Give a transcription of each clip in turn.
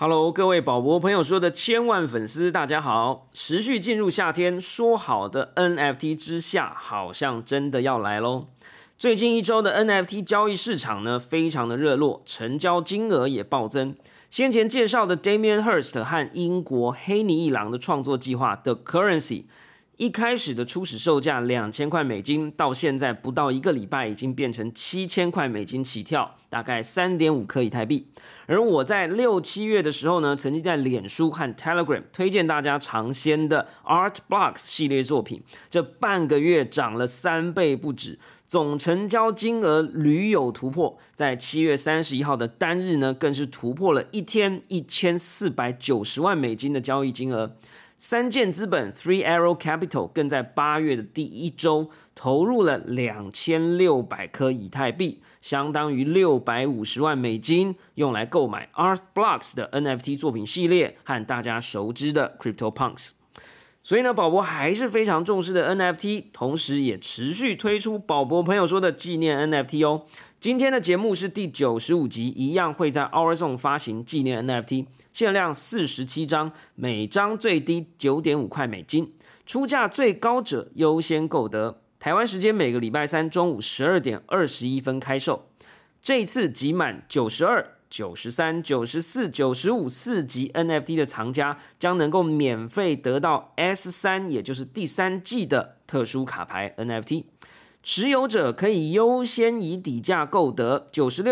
Hello，各位宝博朋友说的千万粉丝，大家好！持续进入夏天，说好的 NFT 之夏，好像真的要来咯。最近一周的 NFT 交易市场呢，非常的热络，成交金额也暴增。先前介绍的 Damien Hirst 和英国黑泥一郎的创作计划 The Currency， 一开始的初始售价2000块美金，到现在不到1个礼拜已经变成7000块美金起跳，大概3.5颗以太币。而我在6、7月的时候呢，曾经在脸书和 Telegram 推荐大家尝鲜的 Art Blocks 系列作品，这半个月涨了3倍不止，总成交金额屡有突破，在7月31号的单日呢，更是突破了一天1490万美金的交易金额。三箭资本 Three Arrow Capital 更在8月的第一周投入了2600颗以太币，相当于650万美金，用来购买 Art Blocks 的 NFT 作品系列和大家熟知的 CryptoPunks。所以呢，宝博还是非常重视的 NFT， 同时也持续推出宝博朋友说的纪念 NFT 哦。今天的节目是第95集，一样会在 OurZone 发行纪念 NFT， 限量47张，每张最低 9.5 块美金，出价最高者优先购得。台湾时间每个礼拜三中午12点21分开售。这一次集满92、93、94、95 4级 NFT 的藏家将能够免费得到 S3， 也就是第3季的特殊卡牌 NFT。持有者可以优先以底价购得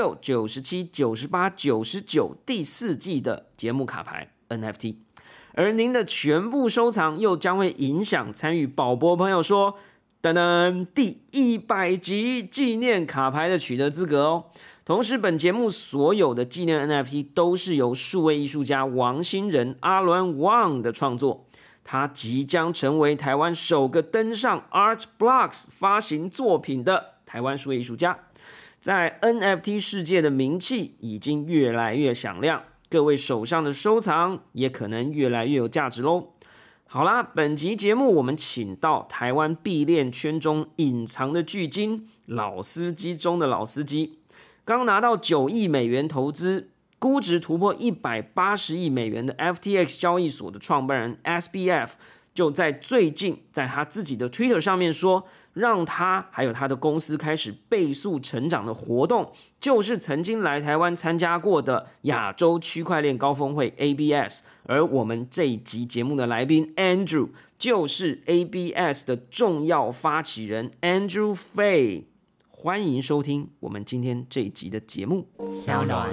96、97、98、99第4季的节目卡牌 NFT， 而您的全部收藏又将会影响参与宝博朋友说噔噔第100集纪念卡牌的取得资格哦。同时，本节目所有的纪念 NFT 都是由数位艺术家王新仁阿伦旺的创作。他即将成为台湾首个登上 Art Blocks 发行作品的台湾数位艺术家，在 NFT 世界的名气已经越来越响亮，各位手上的收藏也可能越来越有价值咯。好啦，本集节目我们请到台湾币链圈中隐藏的巨金，老司机中的老司机，刚拿到9亿美元投资，估值突破180亿美元的 FTX 交易所的创办人 SBF 就在最近在他自己的 Twitter 上面说，让他还有他的公司开始倍速成长的活动，就是曾经来台湾参加过的亚洲区块链高峰会 ABS， 而我们这一集节目的来宾 Andrew 就是 ABS 的重要发起人 Andrew Fay。 欢迎收听我们今天这一集的节目。 小暖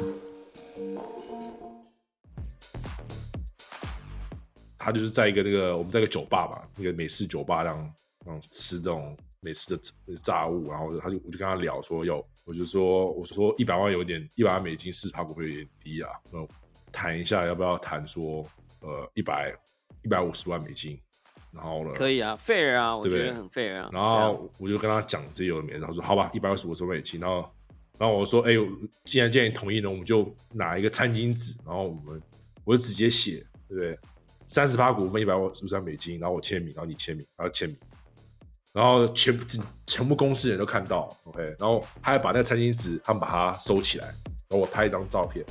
他就是在一个我们在一个酒吧嘛，那个美式酒吧让吃这种美式的炸物，然后我就跟他聊说，我说100万有点100万美金4%股会有点低啊，谈一下要不要谈说150万美金，然后呢可以啊 ，fair 啊，我觉得很 fair 啊。 然后我就跟他讲这有的没的，然后说好吧，150万美金，然后我说既然你同意了，我们就拿一个餐巾纸，然后我就直接写，对不对？30%股份150万美金，然后我签名，然后你签名，然后签名，然后全部公司人都看到 ，OK， 然后他还把那个餐巾纸，他们把它收起来，然后我拍一张照片，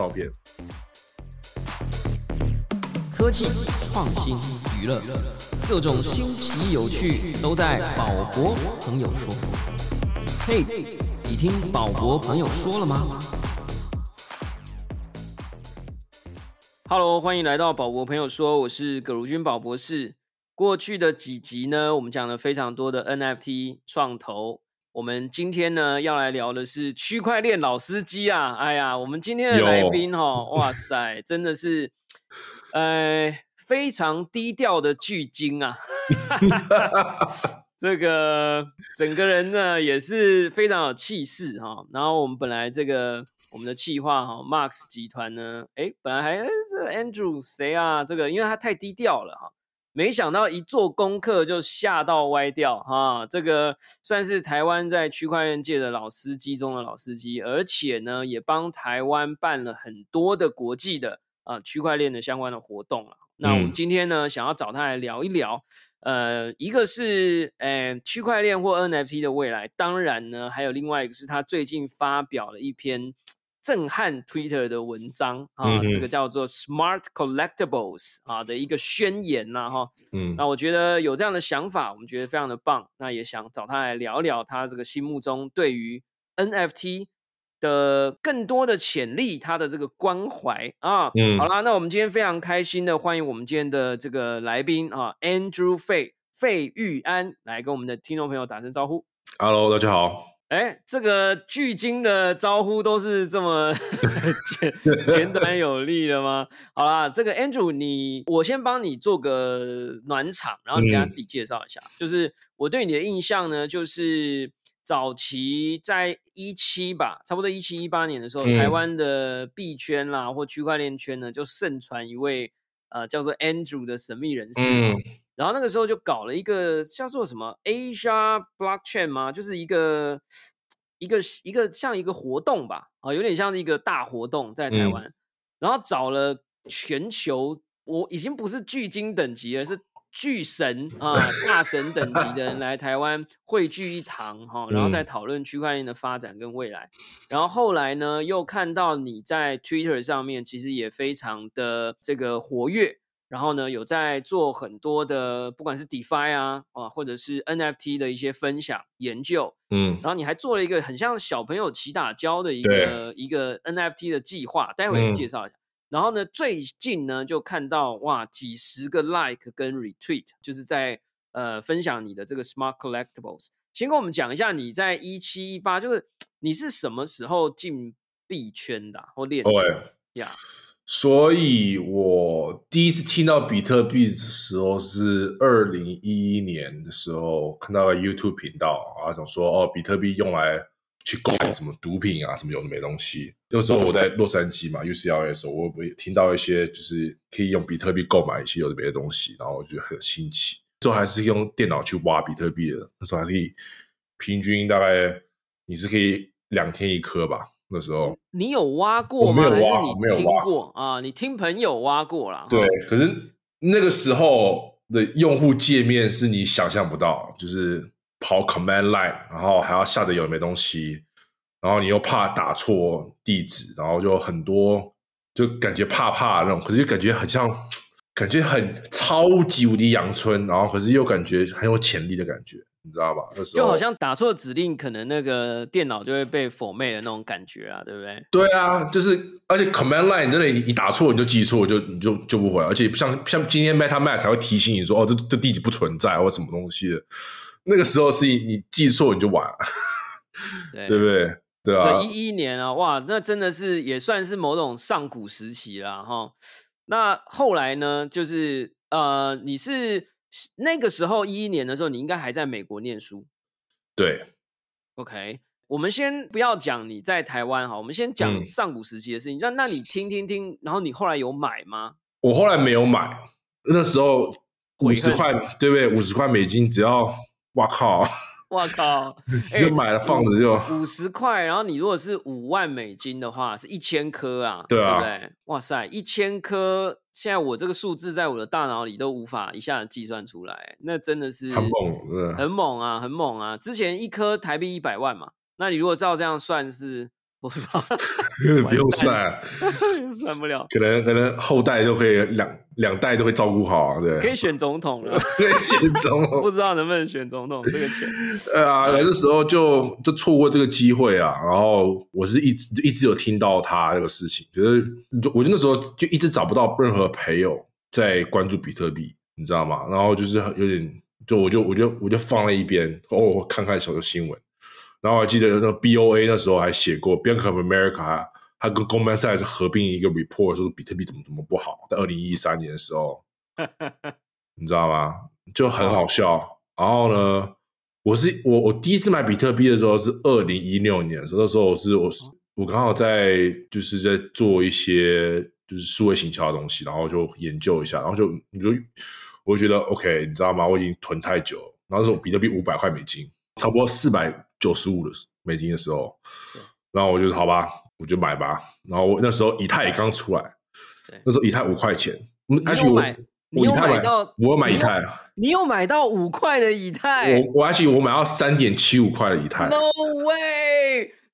科技、创新、娱乐，各种新奇有趣都在宝博朋友说。嘿，你听宝博朋友说了吗？Hello， 欢迎来到宝博朋友说，我是葛如君宝博士。过去的几集呢，我们讲了非常多的 NFT 创投。我们今天呢要来聊的是区块链老司机啊！哎呀，我们今天的来宾哇塞，真的是非常低调的巨鲸啊！这个整个人呢也是非常有气势哈。然后我们本来我们的企划Max 集团呢，本来还这个 Andrew 谁啊？这个因为他太低调了哈，没想到一做功课就吓到歪掉哈。这个算是台湾在区块链界的老司机中的老司机，而且呢也帮台湾办了很多的国际的区块链的相关的活动了。那我们今天呢想要找他来聊一聊。一个是区块链或 NFT 的未来，当然呢还有另外一个是他最近发表了一篇震撼 Twitter 的文章啊，这个叫做 Smart Collectibles 啊的一个宣言呐哈。那我觉得有这样的想法，我们觉得非常的棒。那也想找他来聊聊他这个心目中对于 NFT 的更多的潜力，他的这个关怀啊。好啦，那我们今天非常开心的欢迎我们今天的这个来宾啊 ，Andrew Fei 费玉安来跟我们的听众朋友打声招呼。 Hello， 大家好。 这个巨鲸的招呼都是这么简短有力的吗？好啦，这个 Andrew， 我先帮你做个暖场，然后你跟他自己介绍一下。就是我对你的印象呢，就是早期在17吧，差不多17、18年的时候，台湾的币圈啦或区块链圈呢，就盛传一位叫做 Andrew 的神秘人士。然后那个时候就搞了一个叫做什么 Asia Blockchain 吗？就是一个像一个活动吧，有点像是一个大活动在台湾，然后找了全球，我已经不是巨鲸等级了，是巨神大神等级的人来台湾汇聚一堂然后再讨论区块链的发展跟未来。然后后来呢，又看到你在 Twitter 上面其实也非常的这个活跃。然后呢，有在做很多的，不管是 DeFi 啊，或者是 NFT 的一些分享研究，然后你还做了一个很像小朋友起打胶的一个 NFT 的计划，待会介绍一下。然后呢，最近呢就看到哇，几十个 like 跟 retweet， 就是在分享你的这个 Smart Collectibles。先跟我们讲一下你在17、18，就是你是什么时候进币圈的或链圈呀？ 所以我第一次听到比特币的时候是2011年的时候，看到 YouTube 频道，然后想说比特币用来去购买什么毒品啊，什么有的没东西。那时候我在洛杉矶嘛 UCLA 的时候，我也听到一些就是可以用比特币购买一些有的没的东西，然后我觉得很新奇。之后还是用电脑去挖比特币的，那时候还可以平均大概你是可以2天1颗吧。那时候你有挖过吗？ 我没有挖， 还是你听过啊？你听朋友挖过啦。 对，可是那个时候的用户界面是你想象不到，就是跑 command line， 然后还要下载有的没东西，然后你又怕打错地址，然后就很多就感觉怕那种，可是就感觉很像，感觉很超级无敌阳春，然后可是又感觉很有潜力的感觉。你知道吗？那时候就好像打错指令，可能那个电脑就会被format的那种感觉啊，对不对？ 对啊，就是而且 command line 真的你打错你就记错，你就救不回来，而且像今天 MetaMask 还会提醒你说这地址不存在或什么东西的。那个时候是你记错你就完了，对不对？对啊。 所以11年啊，哇，那真的是也算是某种上古时期啦哈。那后来呢，就是你是。那个时候11年的时候，你应该还在美国念书。 对 ，OK， 我们先不要讲你在台湾哈，我们先讲上古时期的事情。那你听，然后你后来有买吗？ 我后来没有买，那时候50块，对不对？50块美金，只要，哇靠！ 哇靠！ 就买了放着就 50块，然后你如果是5万美金的话，是1000颗啊， 对啊， 对不对？哇塞，1000颗，现在我这个数字在我的大脑里都无法一下子计算出来，那真的是很猛， 很猛啊，很猛啊！之前1颗台币100万嘛，那你如果照这样算是。我不知道， 不用算， 算不了。 可能后代都可以两代都会照顾好啊，对。 可以选总统了， 可以选总统， 不知道能不能选总统这个钱。 那时候就错过这个机会啊。然后我是一直有听到他这个事情，我就那时候就一直找不到任何朋友在关注比特币，你知道吗？然后就是有点，我就放在一边，偶尔看看小的新闻。然后我还记得那个 BOA 那时候还写过 Bank of America， 他跟 Goldman Sachs 合并一个 report， 说比特币怎么不好，在2013年的时候，你知道吗？就很好笑。然后呢，我第一次买比特币的时候是2016年的时候，那时候我刚好就是在做一些就是数位行销的东西，然后就研究一下，然后我就觉得 OK， 你知道吗？我已经囤太久了，然后那时候比特币500块美金，差不多495美金的时候，然后我就好吧，我就买吧。然后那时候以太也刚出来，那时候以太5块钱，我有买以太， 你有买到5块的以太？ 我买到3.75块的以太。 No way！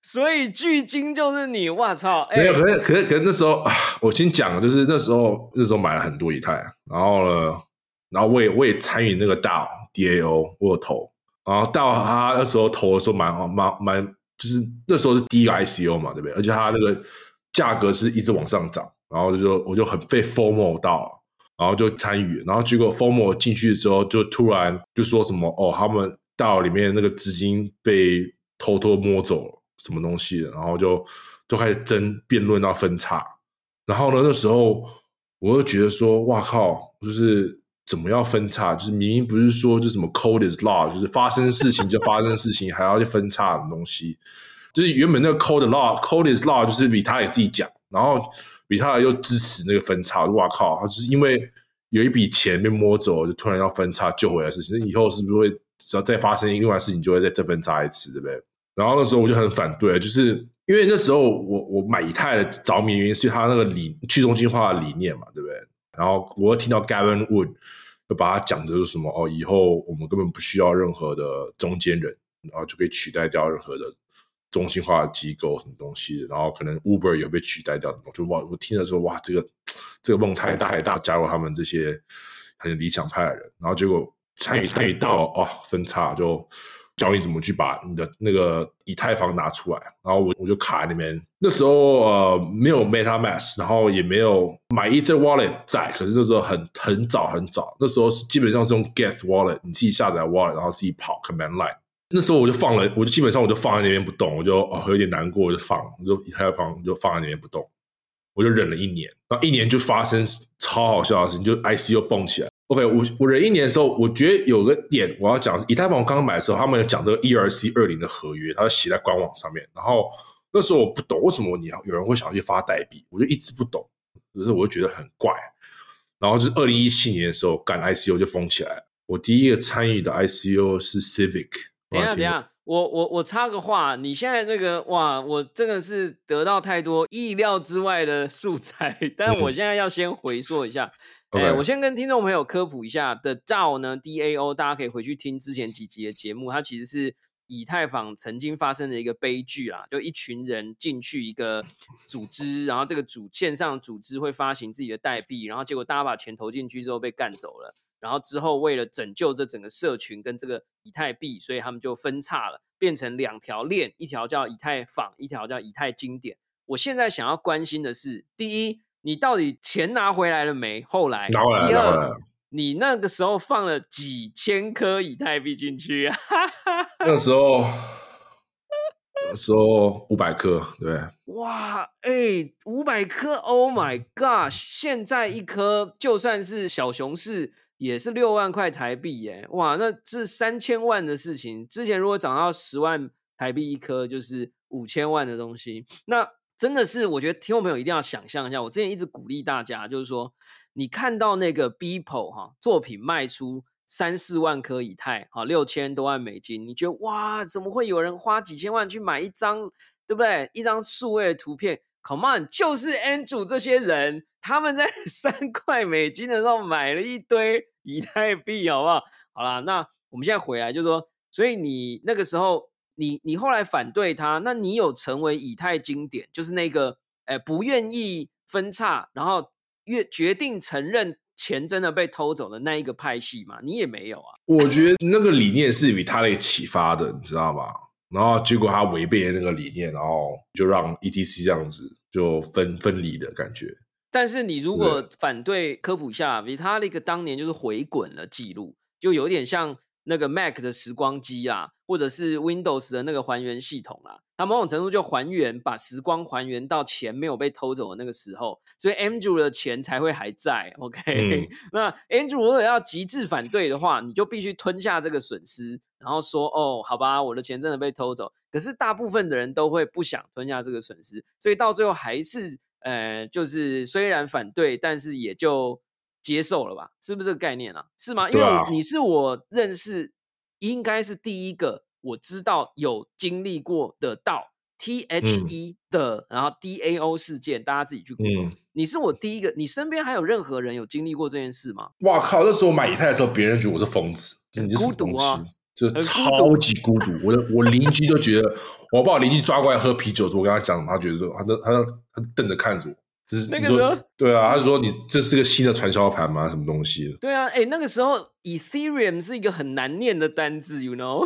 所以距今就是你，哇操！ 没有，可是那时候我先讲，就是那时候买了很多以太，然后呢，然后我也参与那个DAO，我有投，然后到他那时候投的时候蛮，就是那时候是第一个 ICO 嘛，对不对？而且他那个价格是一直往上涨，然后我就很被 FOMO 到，然后就参与，然后结果 FOMO 进去之后，就突然就说什么他们DAO里面那个资金被偷偷摸走了。什么东西的，然后就开始辩论到分叉，然后呢，那时候我就觉得说，哇靠，就是怎么要分叉？就是明明不是说就什么 code is law， 就是发生事情就发生事情，还要去分叉的东西。就是原本那个 code is law 就是比他也自己讲，然后比他又支持那个分叉，哇靠，他就是因为有一笔钱被摸走，就突然要分叉救回来的事情，那以后是不是会只要再发生另外的事情，就会再分叉一次，对不对？然后那时候我就很反对，就是因为那时候我买以太的着迷原因是他那个去中心化的理念嘛，对不对？然后我又听到 Gavin Wood 就把他讲的就是什么以后我们根本不需要任何的中间人，然后就可以取代掉任何的中心化的机构什么东西的，然后可能 Uber 也被取代掉，我听了说哇，这个梦太大，加入他们这些很理想派的人，然后结果参与到分叉就。教你怎么去把你的那个以太坊拿出来，然后我就卡在那边。那时候没有 MetaMask， 然后也没有买 Ether Wallet 在，可是那时候很早，那时候基本上是用 Get Wallet， 你自己下载 Wallet， 然后自己跑 Command Line。那时候我就基本上放在那边不动，我就有点难过，我就以太坊就放在那边不动，我就忍了1年，然后1年就发生超好笑的事情，就 ICO 蹦起来。OK， 我忍1年的时候，我觉得有个点我要讲是，以太坊我刚刚买的时候，他们有讲这个 ERC20 的合约，它写在官网上面。然后那时候我不懂为什么有人会想去发代币，我就一直不懂，可是我就觉得很怪。然后就是2017年的时候，干 ICO 就疯起来了。我第一个参与的 ICO 是 Civic。 等一下，我插个话，你现在那个哇，我真的是得到太多意料之外的素材，但我现在要先回溯一下。我先跟听众朋友科普一下的 DAO 呢 ，DAO 大家可以回去听之前几集的节目，它其实是以太坊曾经发生的一个悲剧啦，就一群人进去一个组织，然后这个线上组织会发行自己的代币，然后结果大家把钱投进去之后被干走了，然后之后为了拯救这整个社群跟这个以太币，所以他们就分叉了，变成2条链，一条叫以太坊，一条叫以太经典。我现在想要关心的是，第一，你到底钱拿回来了没？后来， 拿回来了。 第二，你那个时候放了几千颗以太币进去啊？ 那时候500颗，对。 哇，500颗 ，Oh my gosh！ 现在一颗就算是小熊市也是6万块台币耶，哇，那是3000万的事情。之前如果涨到10万台币一颗，就是5000万的东西。那真的是，我觉得听众朋友一定要想象一下。我之前一直鼓励大家，就是说，你看到那个 Beeple 作品卖出3、4万颗以太，6000多万美金，你觉得哇，怎么会有人花几千万去买一张，对不对？一张数位的图片 ，Come on， 就是 Andrew 这些人，他们在3块美金的时候买了一堆以太币，好不好？好啦，那我们现在回来，就是说，所以你那个时候。你后来反对他，那你有成为以太经典，就是那个不愿意分叉，然后决定承认钱真的被偷走的那一个派系吗？你也没有啊。 我觉得那个理念是以他的启发的，你知道吗？然后结果他违背了那个理念，然后就让 ETC 这样子就分离的感觉。 但是你如果反对，科普一下 Vitalik 当年就是回滚了记录，就有点像那个 Mac 的时光机啦，或者是 Windows 的那个还原系统啦，它某种程度就把时光还原到钱没有被偷走的那个时候，所以 Andrew 的钱才会还在 OK、那 Andrew 如果要极致反对的话，你就必须吞下这个损失，然后说好吧，我的钱真的被偷走。可是大部分的人都会不想吞下这个损失，所以到最后还是就是虽然反对，但是也就接受了吧，是不是这个概念啊？是吗？因为你是我认识应该是第一个我知道有经历过的到 THE 的，然后 DAO 事件，大家自己去 Google。你是我第一个，你身边还有任何人有经历过这件事吗？ 哇靠！那时候买以太的时候，别人觉得我是疯子，你是孤独啊， 就超级孤独。我邻居都觉得，我把我邻居抓过来喝啤酒，我跟他讲，他觉得说，他瞪着看着我，就是那个时候， 对啊，他就说你这是个新的传销盘吗？什么东西的？ 对啊，那个时候 Ethereum 是一个很难念的单字 ，you know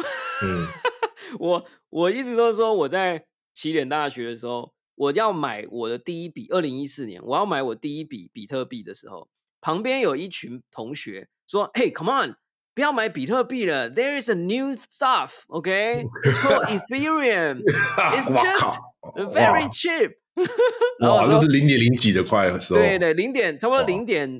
我一直都说我在起点大学的时候，我要买我的第一笔，2014年我要买我第一笔比特币的时候，旁边有一群同学说：“Hey, come on， 不要买比特币了 ，There is a new stuff, OK? It's called Ethereum. It's just very cheap。”然后那是0.0几的块的时候， 对，差不多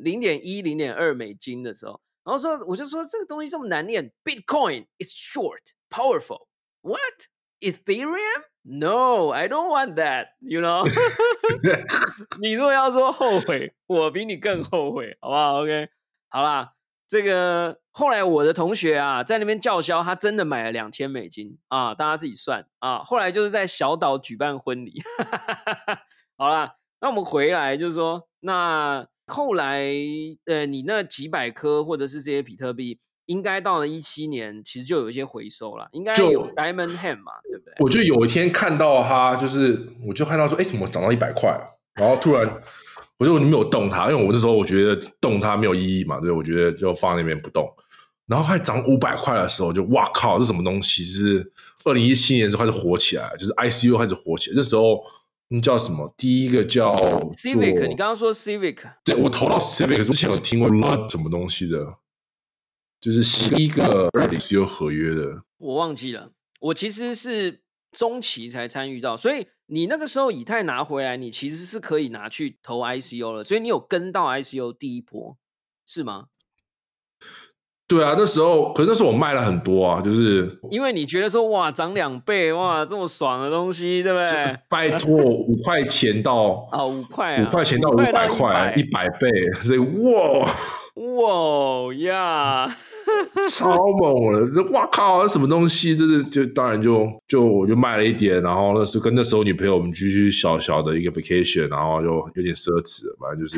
0.1、0.2美金的时候，然后我就说这个东西这么难念 ，Bitcoin is short, powerful. What? Ethereum? No, I don't want that. You know? 你如果要说后悔，我比你更后悔，好不好 ？OK， 好啦，这个后来我的同学啊，在那边叫嚣，他真的买了2000美金啊，大家自己算啊。后来就是在小岛举办婚礼，好啦，那我们回来就是说，那后来你那几百颗或者是这些比特币，应该到了17年，其实就有一些回收了，应该有 Diamond Hand 嘛，对不对？ 我就有一天看到它，我就看到说，怎么涨到100块？然后突然我就没有动它，因为我那时候我觉得动它没有意义嘛，对，我觉得就放在那边不动。然后快涨500块的时候，就哇靠，这什么东西？是2017年的时候开始火起来，就是 ICO 开始火起来，那时候。叫什么？第一个叫 Civic， 你刚刚说 Civic， 对，我投到 Civic 之前有听过 Blood 什么东西的，就是第一个20合约的， 我忘记了。我其实是中期才参与到，所以你那个时候以太拿回来，你其实是可以拿去投 ICO 了，所以你有跟到 ICO 第一波，是吗？ 对啊，可是那时候我卖了很多啊，就是因为你觉得说哇涨2倍哇这么爽的东西，对不对？ 拜托5块钱到 5块啊，5 块钱到500块，100倍，所以哇呀， 超猛了！哇靠，那什么东西？就当然我就卖了一点，然后跟那时候女朋友我们继续小小的一个 vacation， 然后又有点奢侈，反正就是。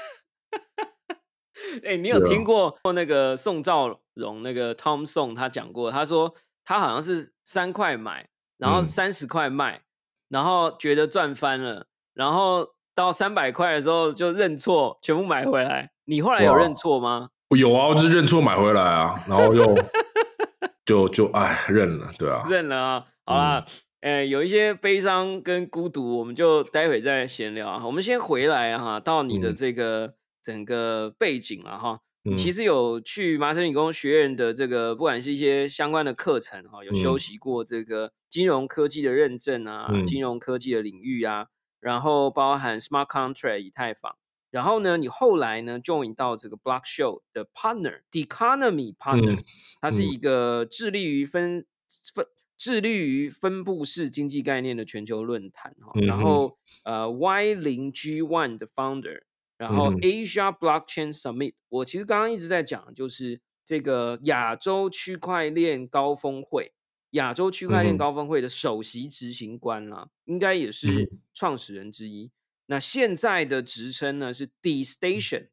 你有听过那个宋兆荣那个 Tom Song 他讲过，他说他好像是3块买，然后30块卖，然后觉得赚翻了，然后到300块的时候就认错，全部买回来。你后来有认错吗？ 有啊，我就是认错买回来啊，然后又就认了，对啊， 认了啊，好啦。有一些悲伤跟孤独，我们就待会再闲聊啊。我们先回来哈，到你的这个整个背景了哈。你其实有去麻省理工学院的这个，不管是一些相关的课程哈，有修习过这个金融科技的认证啊，金融科技的领域啊，然后包含 Smart Contract 以太坊。然后呢，你后来呢 join 到这个 Blockshow 的 partner Deconomy Partner，它是一个致力于分布式经济概念的全球论坛哈，然后Y0G1 的 founder， 然后 Asia Blockchain Summit， 我其实刚刚一直在讲就是这个亚洲区块链高峰会的首席执行官啦，应该也是创始人之一。那现在的职称呢是 DStation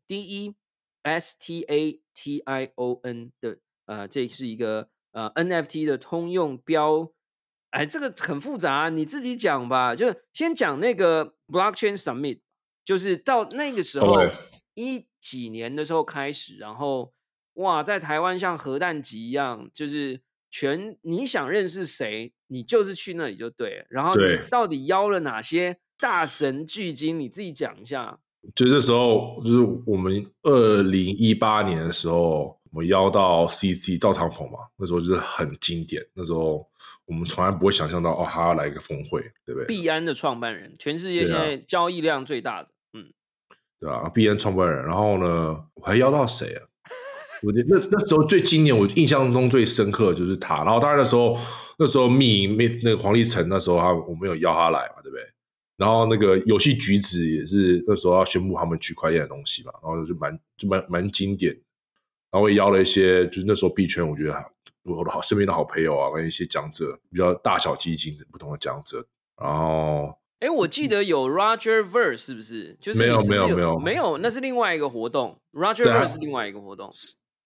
DESTATION 的这是一个NFT 的通用标，这个很复杂，你自己讲吧。就先讲那个 Blockchain Summit， 就是到那个时候10几年的时候开始，然后哇，在台湾像核弹级一样，就是你想认识谁，你就是去那里就对了。然后你到底邀了哪些大神巨金，你自己讲一下。 就这时候，就是我们2018年的时候，我们邀到 CZ 赵长鹏嘛，那时候就是很经典。那时候我们从来不会想象到，他要来一个峰会，对不对？ 币安的创办人，全世界现在交易量最大的， 对啊，币安创办人。然后呢，我还邀到谁啊？我觉得那时候最经典，我印象中最深刻的就是他。然后当然那时候那个黄立成，那时候我们有邀他来嘛，对不对？然后那个游戏橘子也是那时候要宣布他们区块链的东西嘛，然后就蛮经典。然后我也邀了一些，就是那时候币圈我觉得我的身边的好朋友啊，跟一些讲者，比较大小基金的不同的讲者。然后我记得有 Roger Ver 是不是？就是没有， 那是另外一个活动。Roger Ver 是另外一个活动。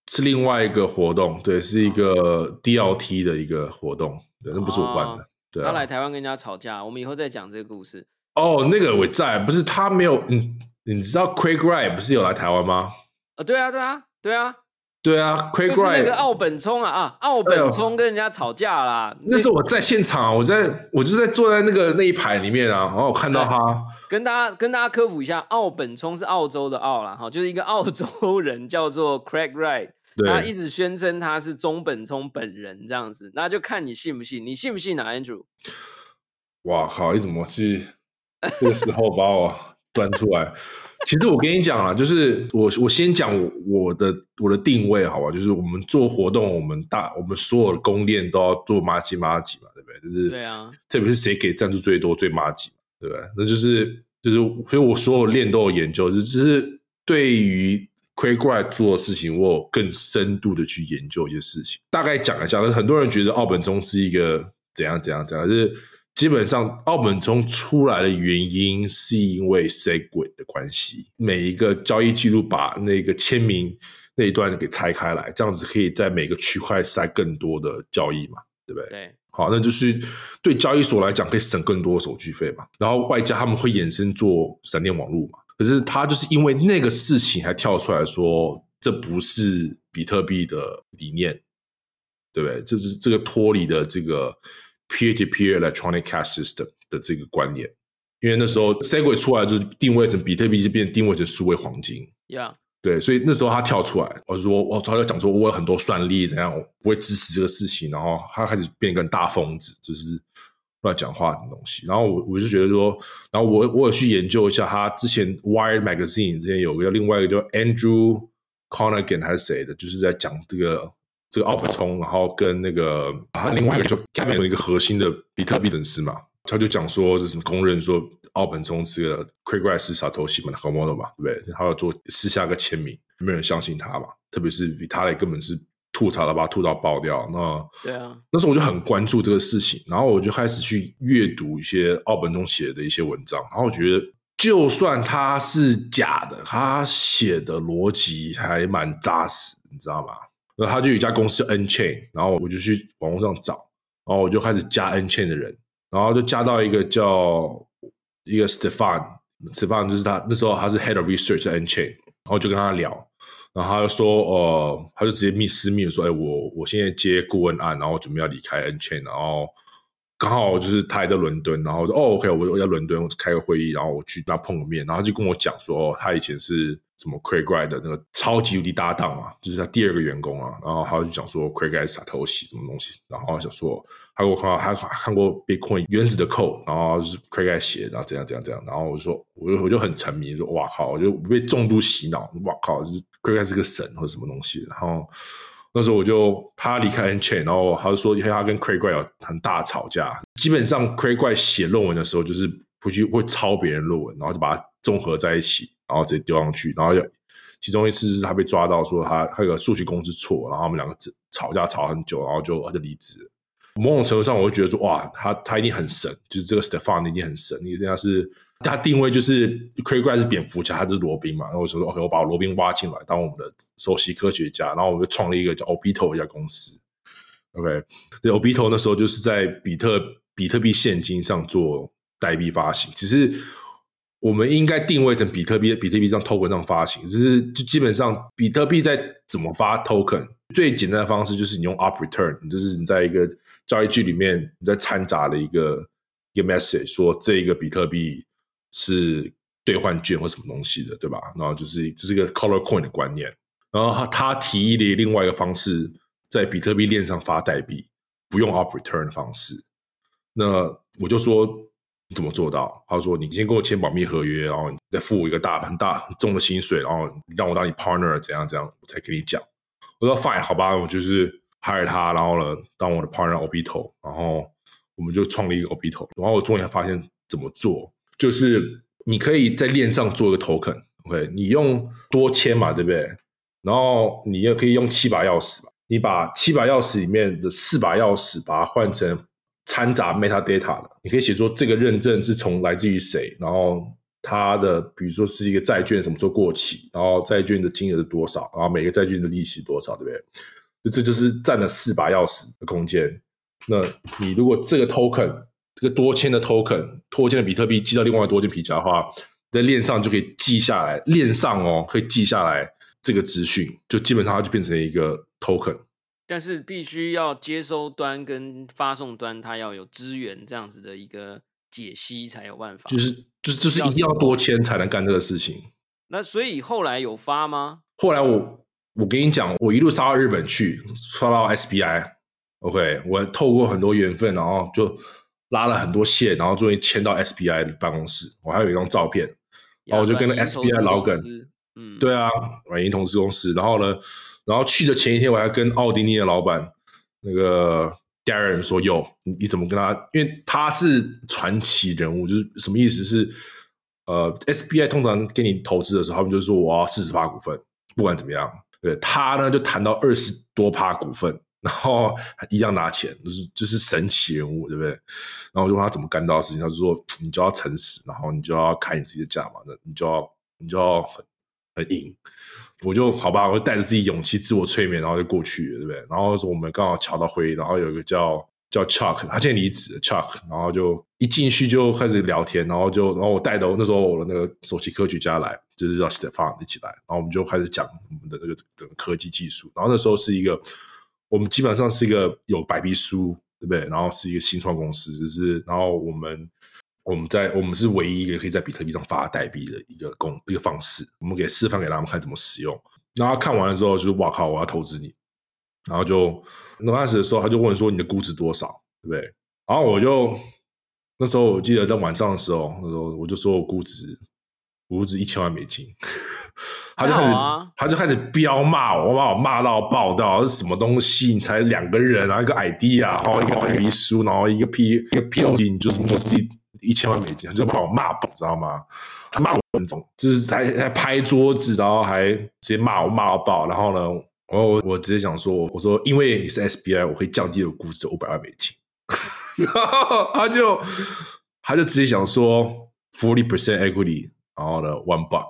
是另外一个活动，对，是一个 DLT 的一个活动，对，那不是我办的，对啊。 他来台湾跟人家吵架，我们以后再讲这个故事。 哦，那个我在，不是他没有，你知道 Craig Wright 不是有来台湾吗？ 对啊，对啊，对啊， 对啊 ，Craig Wright 就是那个奥本聪奥本聪跟人家吵架啦。 那时候我在现场，我就是在坐在那一排里面啊，然后我看到他， 跟大家科普一下，奥本聪是澳洲的澳啦，就是一个澳洲人叫做 Craig Wright， 他一直宣称他是中本聪本人这样子，那就看你信不信，你信不信啊 ，Andrew？ 哇靠，你怎么去这个时候把我端出来？其实我跟你讲啊，就是我先讲我的定位好吧，就是我们做活动，我们所有的公链都要做麻吉嘛，对不对？就是对啊， 特别是谁给赞助最多最麻吉，对不对？那就是所以我所有链都有研究，就是对于 Craig Wright 做的事情，我有更深度的去研究一些事情。大概讲一下，很多人觉得奥本聪是一个怎样，就是基本上奥本聪出来的原因是因为 Segwit 的关系，每一个交易记录把那个签名那一段给拆开来，这样子可以在每个区块塞更多的交易嘛，对不对？ 对。 好，那就是对交易所来讲可以省更多手续费嘛，然后外加他们会衍生做闪电网络嘛。可是他就是因为那个事情还跳出来说，这不是比特币的理念，对不对？就是这个脱离的这个 peer-to-peer electronic cash system 的这个观念。因为那时候 Segwit 出来就是定位成比特币，就变定位成数位黄金。 Yeah. 对，所以那时候他跳出来，他就讲说，我有很多算力，怎样，我不会支持这个事情，然后他开始变成大疯子，就是乱讲话的东西。然后我就觉得说，然后我有去研究一下，他之前 Wired Magazine 之前有个另外一个叫 Andrew Conaghan 还是谁的，就是在讲这个奥本聪，然后跟那个他另外一个就下面有一个核心的比特币人士嘛。他就讲说，这什么公认说奥本聪是个 Craig Wright 是Satoshi Nakamoto 嘛，对不对？他要做私下个签名，没有人相信他嘛。特别是 Vitalik 根本是吐槽了，把他吐到爆掉。 对啊， 那时候我就很关注这个事情，然后我就开始去阅读一些奥本聪写的一些文章，然后我觉得，就算他是假的，他写的逻辑还蛮扎实，你知道吗？然后他就有一家公司叫 N-Chain， 然后我就去网络上找，然后我就开始加 N-Chain 的人。然后就加到一个叫一个 Stefan 就是他那时候他是 Head of Research 在 N-Chain， 然后就跟他聊，然后他就说他就直接私密说，我现在接顾问案，然后我准备要离开 N-Chain， 然后刚好就是他也在伦敦，然后我说OK， 我在伦敦我开个会议，然后我去跟他碰个面，然后他就跟我讲说，他以前是什么 Craig Wright 的那个超级无敌搭档嘛，就是他第二个员工啊，然后他就讲说 Craig Wright 是 Satoshi 什么东西，然后想说他给我看过 Bitcoin 原始的 code， 然后就是 Craig Wright 写，然后怎样，然后我说我就很沉迷，说哇靠，我就被重度洗脑，哇靠，是 Craig Wright 是个神或者什么东西，然后那时候他离开 N-Chain， 然后他就说他跟 Craig Wright 有很大的吵架，基本上 Craig Wright 写论文的时候就是会抄别人论文，然后就把它综合在一起，然后直接丢上去，然后其中一次是他被抓到说他有个数据公司错，然后他们两个吵架吵很久，然后他就离职了。某种程度上我会觉得说哇，他一定很神，就是这个 Stefan 一定很神，因为这样是他定位就是 Craig Wright 是蝙蝠侠，他就是罗宾嘛，然后我说 OK， 我把罗宾挖进来当我们的首席科学家，然后我们就创立一个叫 Obito 的一家公司。OK， 对 Obito 那时候就是在比特币现金上做代币发行，只是我们应该定位成比特币上 token 上发行，就基本上比特币在怎么发 token， 最简单的方式就是你用 up return， 就是你在一个交易句里面你在掺杂了一个 message， 说这一个比特币是兑换券或什么东西的，对吧？然后这是一个 color coin 的观念，然后他提议了另外一个方式，在比特币链上发代币，不用 up return 的方式。那我就说你怎么做到？他说你先跟我签保密合约，然后你再付我一个很重的薪水，然后让我当你 partner， 怎样我才跟你讲。我说 fine， 好吧，我就是 hire 他，然后呢当我的 partner Obito， 然后我们就创立一个 Obito， 然后我终于发现怎么做，就是你可以在链上做一个 token，OK， 你用多签嘛，对不对？然后你也可以用7把钥匙吧，你把7把钥匙里面的4把钥匙把它换成掺杂 metadata 的，你可以写说这个认证是来自于谁，然后它的比如说是一个债券什么时候过期，然后债券的金额是多少，然后每个债券的利息多少，对不对？这就是占了4把钥匙的空间。那你如果这个 token 这个多签的 token 拖签的比特币寄到另外多签皮夹的话，在链上就可以记下来，链上可以记下来这个资讯，就基本上它就变成一个 token。 但是必须要接收端跟发送端它要有支援这样子的一个解析才有办法， 就是一定要多签才能干这个事情。 那所以后来有发吗？ 后来我跟你讲，我一路杀到日本去，杀到 SBI。OK， 我透过很多缘分，然后就拉了很多线，然后终于签到 SBI 的办公室。我还有一张照片，然后我就跟那 SBI 老梗，对啊，软银投资公司。然后去的前一天，我还跟奥地利的老板那个 Darren 说：“你怎么跟他？因为他是传奇人物，就是什么意思是SBI 通常给你投资的时候，他们就说我要40%股份，不管怎么样。对他呢，就谈到20多%股份。”然后一样拿钱，就是神奇人物，对不对？然后我就问他怎么干到的事情，他就说你就要诚实，然后你就要开你自己的价嘛，那你就要很硬。我就好吧，我就带着自己勇气、自我催眠，然后就过去了，对不对？然后我们刚好瞧到会议，然后有一个叫 Chuck， 他现在离职了 Chuck， 然后就一进去就开始聊天，然后我带的那时候我的那个首席科学家来，就是叫 Stefan 一起来，然后我们就开始讲我们的这个整个科技技术，然后那时候是一个。我们基本上是一个有白皮书，对不对？然后是一个新创公司，然后我们是唯一一个可以在比特币上发代币的一个方式。我们示范给他们看怎么使用。然后他看完了之后，就是哇靠，我要投资你。然后就刚开始的时候，他就问说你的估值多少，对不对？然后那时候我记得在晚上的时候，那时候我就说我估值$1000万。他就开始飙骂我，把我骂到爆掉，是什么东西？你才2个人，然后一个 idea， 然后一个白皮书，然后一个 POC， 你就自己$1000万，他就把我骂爆，知道吗？他骂我很重，就是还拍桌子，然后还直接骂到爆。然后呢，我直接讲说，我说因为你是 SBI， 我可以降低我估值$500万。然后他就直接讲说 40% equity， 然后呢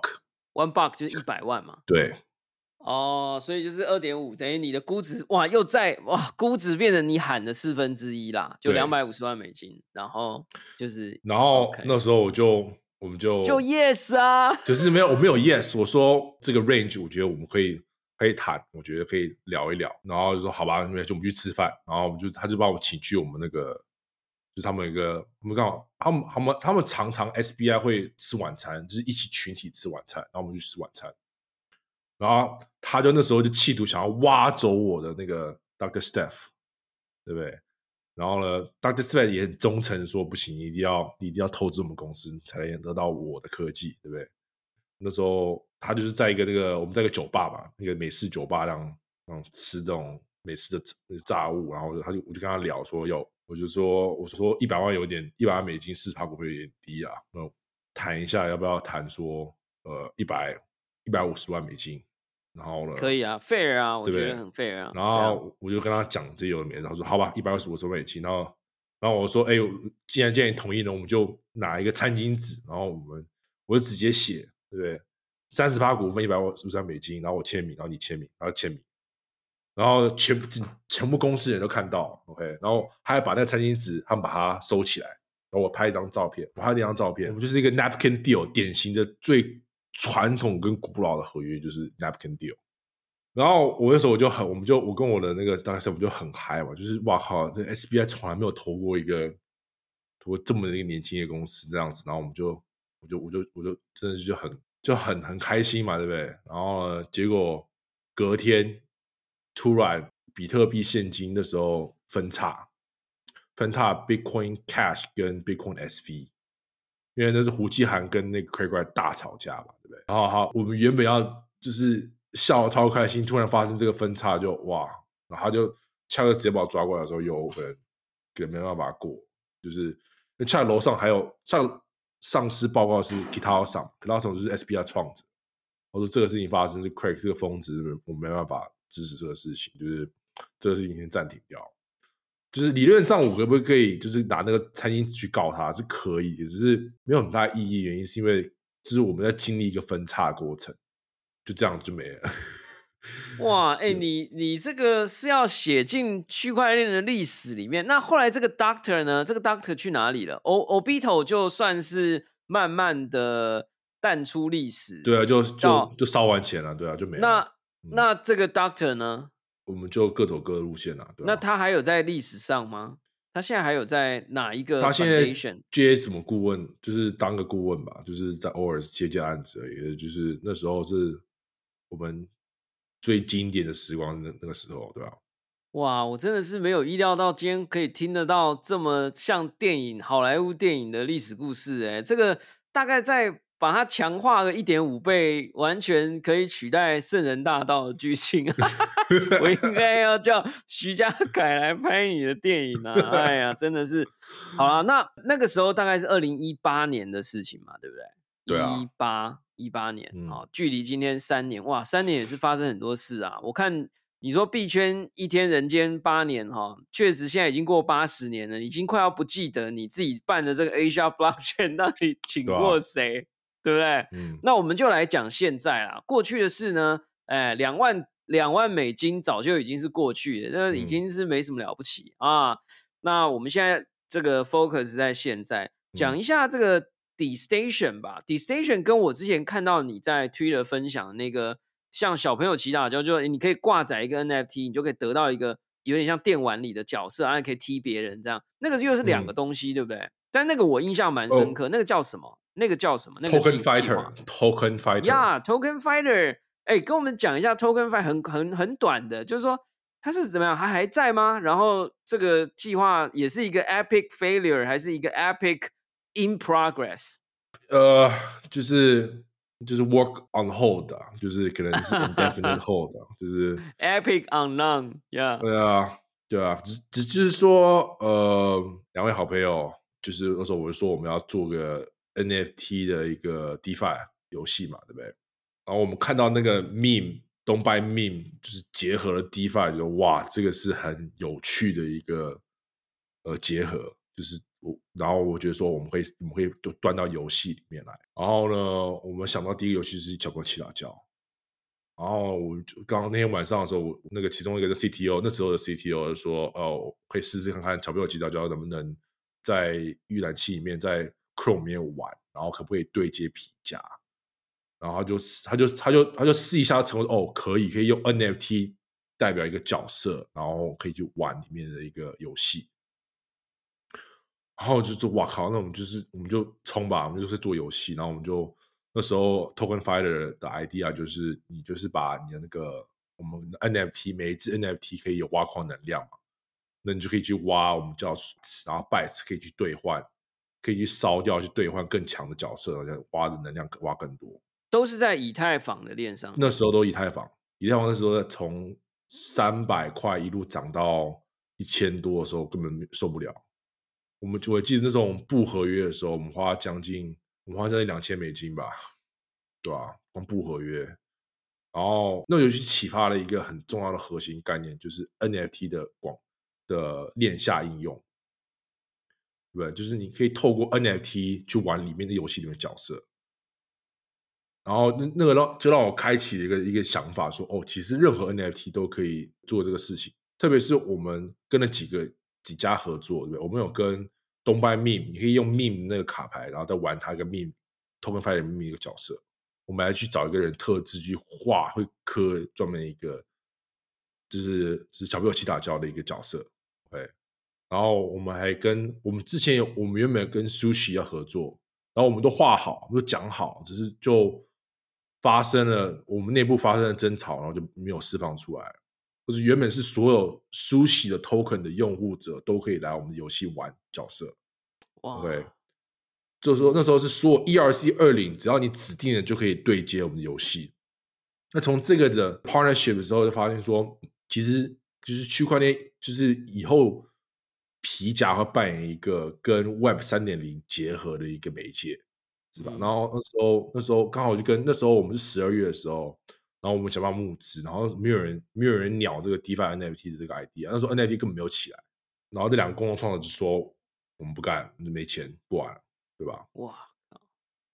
$1。$1 就是100万嘛。 对。 所以就是 2.5， 等于你的估值估值变成你喊的1/4啦，就$250万。然后那时候我们就 yes 啊， 就是我没有 yes， 我说这个 range 我觉得我们可以谈，我觉得可以聊一聊，然后就说好吧，就我们去吃饭，然后他就把我请去我们那个。就是他们我们刚好，他们常常 SBI 会吃晚餐，就是一起群体吃晚餐，然后我们去吃晚餐，然后他就那时候就企图想要挖走我的那个 Dr. Steph， 对不对？然后呢 ，Dr. Steph 也很忠诚，说不行，你一定要投资我们公司，才能得到我的科技，对不对？那时候他就是在我们在一个酒吧嘛，那个美式酒吧这样吃这种美式的炸物，然后我就跟他聊说我说100万$100万，40%股会有点低啊，那谈一下要不要谈说$150万。然后呢？ 可以啊 ，fair 啊，我觉得很 fair 啊。 然后我就跟他讲这有的没的，然后说好吧，$150万。然后我说，既然你同意了，我们就拿一个餐巾纸，然后我就直接写，对不对？30%股份$150万，然后我签名，然后你签名，然后签名。然后全部公司人都看到 ，OK， 然后他还把那个餐巾纸，他们把它收起来，然后我拍一张照片，我们就是一个 napkin deal， 典型的最传统跟古老的合约就是 napkin deal。然后我那时候我跟我的那个大概是我们就很嗨嘛，就是哇靠，这 SBI 从来没有投过这么一个年轻的公司这样子，然后我就真的是就很开心嘛，对不对？然后结果隔天。突然，比特币现金的时候分叉 Bitcoin Cash 跟 Bitcoin SV， 因为那是胡继涵跟那个 Craig Wright 大吵架嘛，对不对？然后好，我们原本要就是笑得超开心，突然发生这个分叉就哇，然后他就Chuck直接把我抓过来说，有可能没办法过，就是Chuck楼上还有Chuck上司报告是 Kitao 就是 SBI 创者，我说这个事情发生是 Craig 这个疯子，我没办法。支持这个事情，就是这个事情先暂停掉。就是理论上我可不可以就是拿那个餐巾纸去告他是可以，只是没有很大意义。原因是因为就是我们在经历一个分叉过程，就这样就没了。 哇，你这个是要写进区块链的历史里面。那后来这个 Doctor 呢？这个 Doctor 去哪里了？Obito 就算是慢慢的淡出历史。 对啊，就烧完钱了，对啊，就没了。 那这个 Doctor 呢？ 我们就各走各的路线了，对啊。 那他还有在历史上吗？他现在还有在哪一个 foundation？ 他现在接什么顾问，就是当个顾问吧，就是在偶尔接案子而已。就是那时候是我们最经典的时光，那个时候，对吧？ 哇，我真的是没有意料到今天可以听得到这么像电影、好莱坞电影的历史故事。哎，这个大概再把它强化个1.5倍，完全可以取代圣人大道的剧情。我应该要叫徐嘉凯来拍你的电影啊！哎呀，真的是好啦，那个时候大概是2018年的事情嘛，对不对？ 对啊 18年，好，距离今天3年，哇，3年也是发生很多事啊。我看你说币圈一天人间8年哈，确实现在已经过80年了，已经快要不记得你自己办的这个 Asia Blockchain 到底请过谁，对不对？那我们就来讲现在啦，过去的事呢，2万美金早就已经是过去了，这已经是没什么了不起啊。那我们现在这个 focus 在现在，讲一下这个 DStation 吧。DStation 跟我之前看到你在 Twitter 分享的那个像小朋友骑打胶，就你可以挂载一个 NFT， 你就可以得到一个有点像电玩里的角色，然后可以踢别人这样。那个又是2个东西，对不对？但那个我印象蛮深刻，那个叫什么？那个 Token Fighter。Token Fighter。Token Fighter。跟我们讲一下 Token Fighter 很短的，就是说它是怎么样？还在吗？然后这个计划也是一个 epic failure， 还是一个 epic in progress？ 就是 work on hold 啊，就是可能是 indefinite hold 啊，就是 epic unknown。yeah。 对啊，就是说2位好朋友，就是那时候我们说我们要做个 NFT 的一个 DeFi 游戏嘛，对不对？然后我们看到那个 meme 东拜 meme 就是结合了 DeFi， 就哇，这个是很有趣的一个结合，就是然后我觉得说我们可以端到游戏里面来。然后呢，我们想到第一个游戏是角落祈祷教。然后我刚刚那天晚上的时候，那个其中一个 CTO 那时候的 CTO 说，可以试试看看巧妙祈祷教能不能在预览器里面在 Chrome 里面玩，然后可不可以对接皮夹。然后他就试一下成功，可以用 NFT 代表一个角色，然后可以去玩里面的一个游戏。然后就说哇靠，那我们就冲吧，我们就是做游戏。然后我们就那时候 Token Fighter 的 idea 就是你就是把你的那个我们的 NFT 每一只 NFT 可以有挖矿能量嘛，那你就可以去挖我们叫然后 bytes 可以去兑换，可以去烧掉去兑换更强的角色，然后挖的能量挖更多。 都是在以太坊的链上， 那时候都以太坊那时候从300块一路涨到1000多的时候，根本受不了。我记得那时候我们布合约的时候，我们花将近$2000吧，对吧？光布合约。然后那游戏启发了一个很重要的核心概念，就是 NFT 的链下应用，对不对？就是你可以透过 NFT 去玩里面的游戏里面的角色。然后那个就让我开启了一个想法，说其实任何 NFT 都可以做这个事情，特别是我们跟了几家合作，对不对？我们有跟东拜 meme， 你可以用 meme 那个卡牌，然后再玩它一个 meme Token Fighter meme 一个角色。我们还去找一个人特制去画，会刻专门一个就是小朋友祈祷教的一个角色。OK， 然后我们之前我们原本跟 Sushi 要合作，然后我们都画好，我们都讲好，只是就我们内部发生了争吵，然后就没有释放出来。就是原本是所有 Sushi 的 token 的用户者都可以来我们的游戏玩角色。OK， 就是说那时候是说 ERC20， 只要你指定的就可以对接我们的游戏。那从这个的 partnership 的时候就发现说，其实就是区块链就是以后皮夹会扮演一个跟 Web 3.0 结合的一个媒介。是吧？然后那时候刚好就跟那时候我们是12月的时候，然后我们想办法募资，然后没有人鸟这个 DeFi NFT 的这个 idea， 那时候 NFT 根本没有起来，然后这2个共同创作者就说我们不干，没钱不玩了，对吧？ 哇，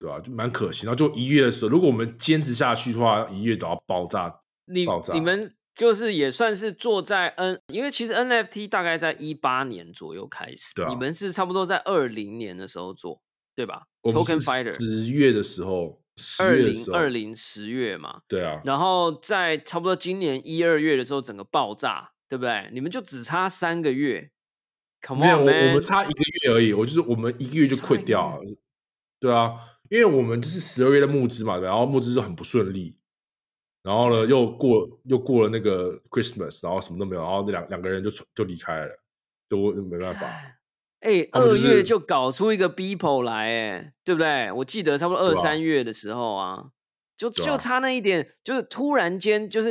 对吧、就蛮可惜。然后就1月的时候，如果我们坚持下去的话，1月都要爆炸。 你们就是也算是坐在因为其实 NFT 大概在18年左右开始， 对啊， 你们是差不多在20年的时候做，对吧我们是 ？Token Fighter 10月的时候，10月的时候， 10月嘛， 对啊， 然后在差不多今年1、2月的时候整个爆炸，对不对？你们就只差3个月，Come 没有， on 我 man， 们差1个月而已，我们1个月就差1 quit 个掉了月， 对啊，因为我们就是12月的募资嘛，然后募资就很不顺利，然后呢又过了那个 Christmas， 然后什么都没有，然后两个人就离开了，就没办法， 哎，2 他们就是月就搞出一个 Beeple 来，哎，对不对？我记得差不多2、 对吧、 3月的时候啊，就对吧、 差那一点，就是突然间就是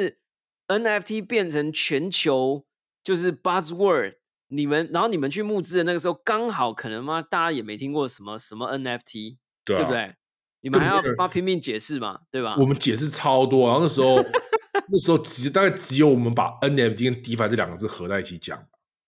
NFT 变成全球就是 buzzword，然后你们去募资的那个时候，刚好可能嘛，大家也没听过什么 NFT， 对啊， 对不对？你们对， 还要没人拼命解释嘛，对吧？ 我们解释超多，然后那时候大概只有我们把 NFT 跟 DeFi 这2个字合在一起讲。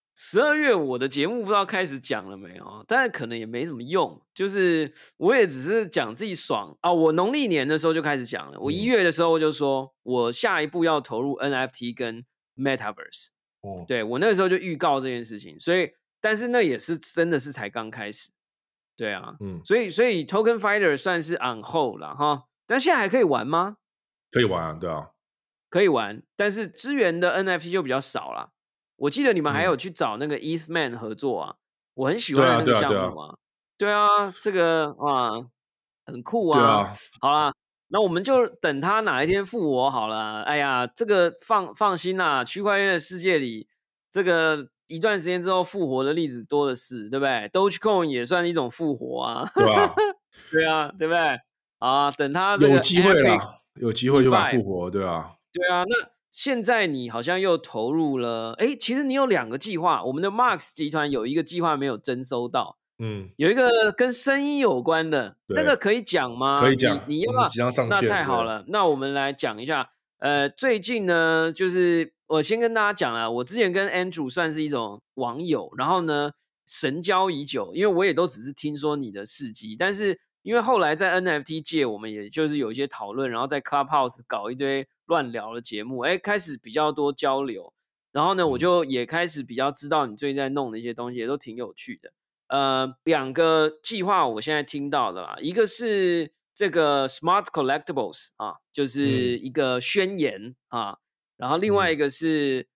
12月我的节目不知道开始讲了没哦，但是可能也没什么用，就是我也只是讲自己爽啊。我农历年的时候就开始讲了，我1月的时候就说我下一步要投入 NFT 跟 Metaverse，对，我那个时候就预告这件事情，所以但是那也是真的是才刚开始，对啊，所以 Token Fighter 算是 on hold 了哈，但现在还可以玩吗？ 可以玩啊，对啊， 可以玩，但是支援的 NFT 就比较少啦。我记得你们还有去找那个 ETHMAN 合作啊，我很喜欢那个项目啊。对啊，这个啊很酷啊。 对啊， 好啦，那我们就等他哪一天复活好了。哎呀，这个放心啦，区块链的世界里，这个一段时间之后复活的例子多的是，对不对？Dogecoin 也算一种复活啊。 对啊， 对啊，对不对？啊，等他这个有机会 Epic 啦，有机会就把它复活，对啊。 对啊，那现在你好像又投入了，哎，其实你有2个计划，我们的 Marks 集团有一个计划没有征收到，有一个跟声音有关的，那个可以讲吗？ 可以讲， 你要不要？ 即将上线， 那太好了，那我们来讲一下，最近呢，就是我先跟大家讲了，我之前跟 Andrew 算是一种网友，然后呢神交已久，因为我也都只是听说你的事迹，但是因为后来在 NFT 界，我们也就是有一些讨论，然后在 Clubhouse 搞一堆乱聊的节目，哎，开始比较多交流，然后呢，我就也开始比较知道你最近在弄的一些东西，也都挺有趣的。2个计划我现在听到的啦，一个是这个 Smart Collectibles 啊，就是一个宣言啊，然后另外一个是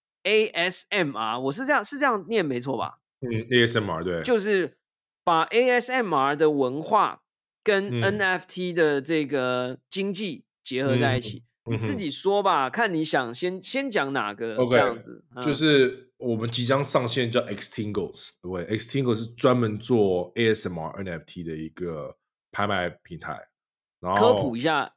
ASMR，我是这样念没错吧 ？ASMR 对， 就是把 ASMR 的文化跟 NFT 的这个经济结合在一起。你自己说吧，看你想先讲哪个这样子。 就是我们即将上线叫 Xtingles， 对不对？Xtingles 是专门做 ASMR NFT 的一个拍卖平台。然后科普一下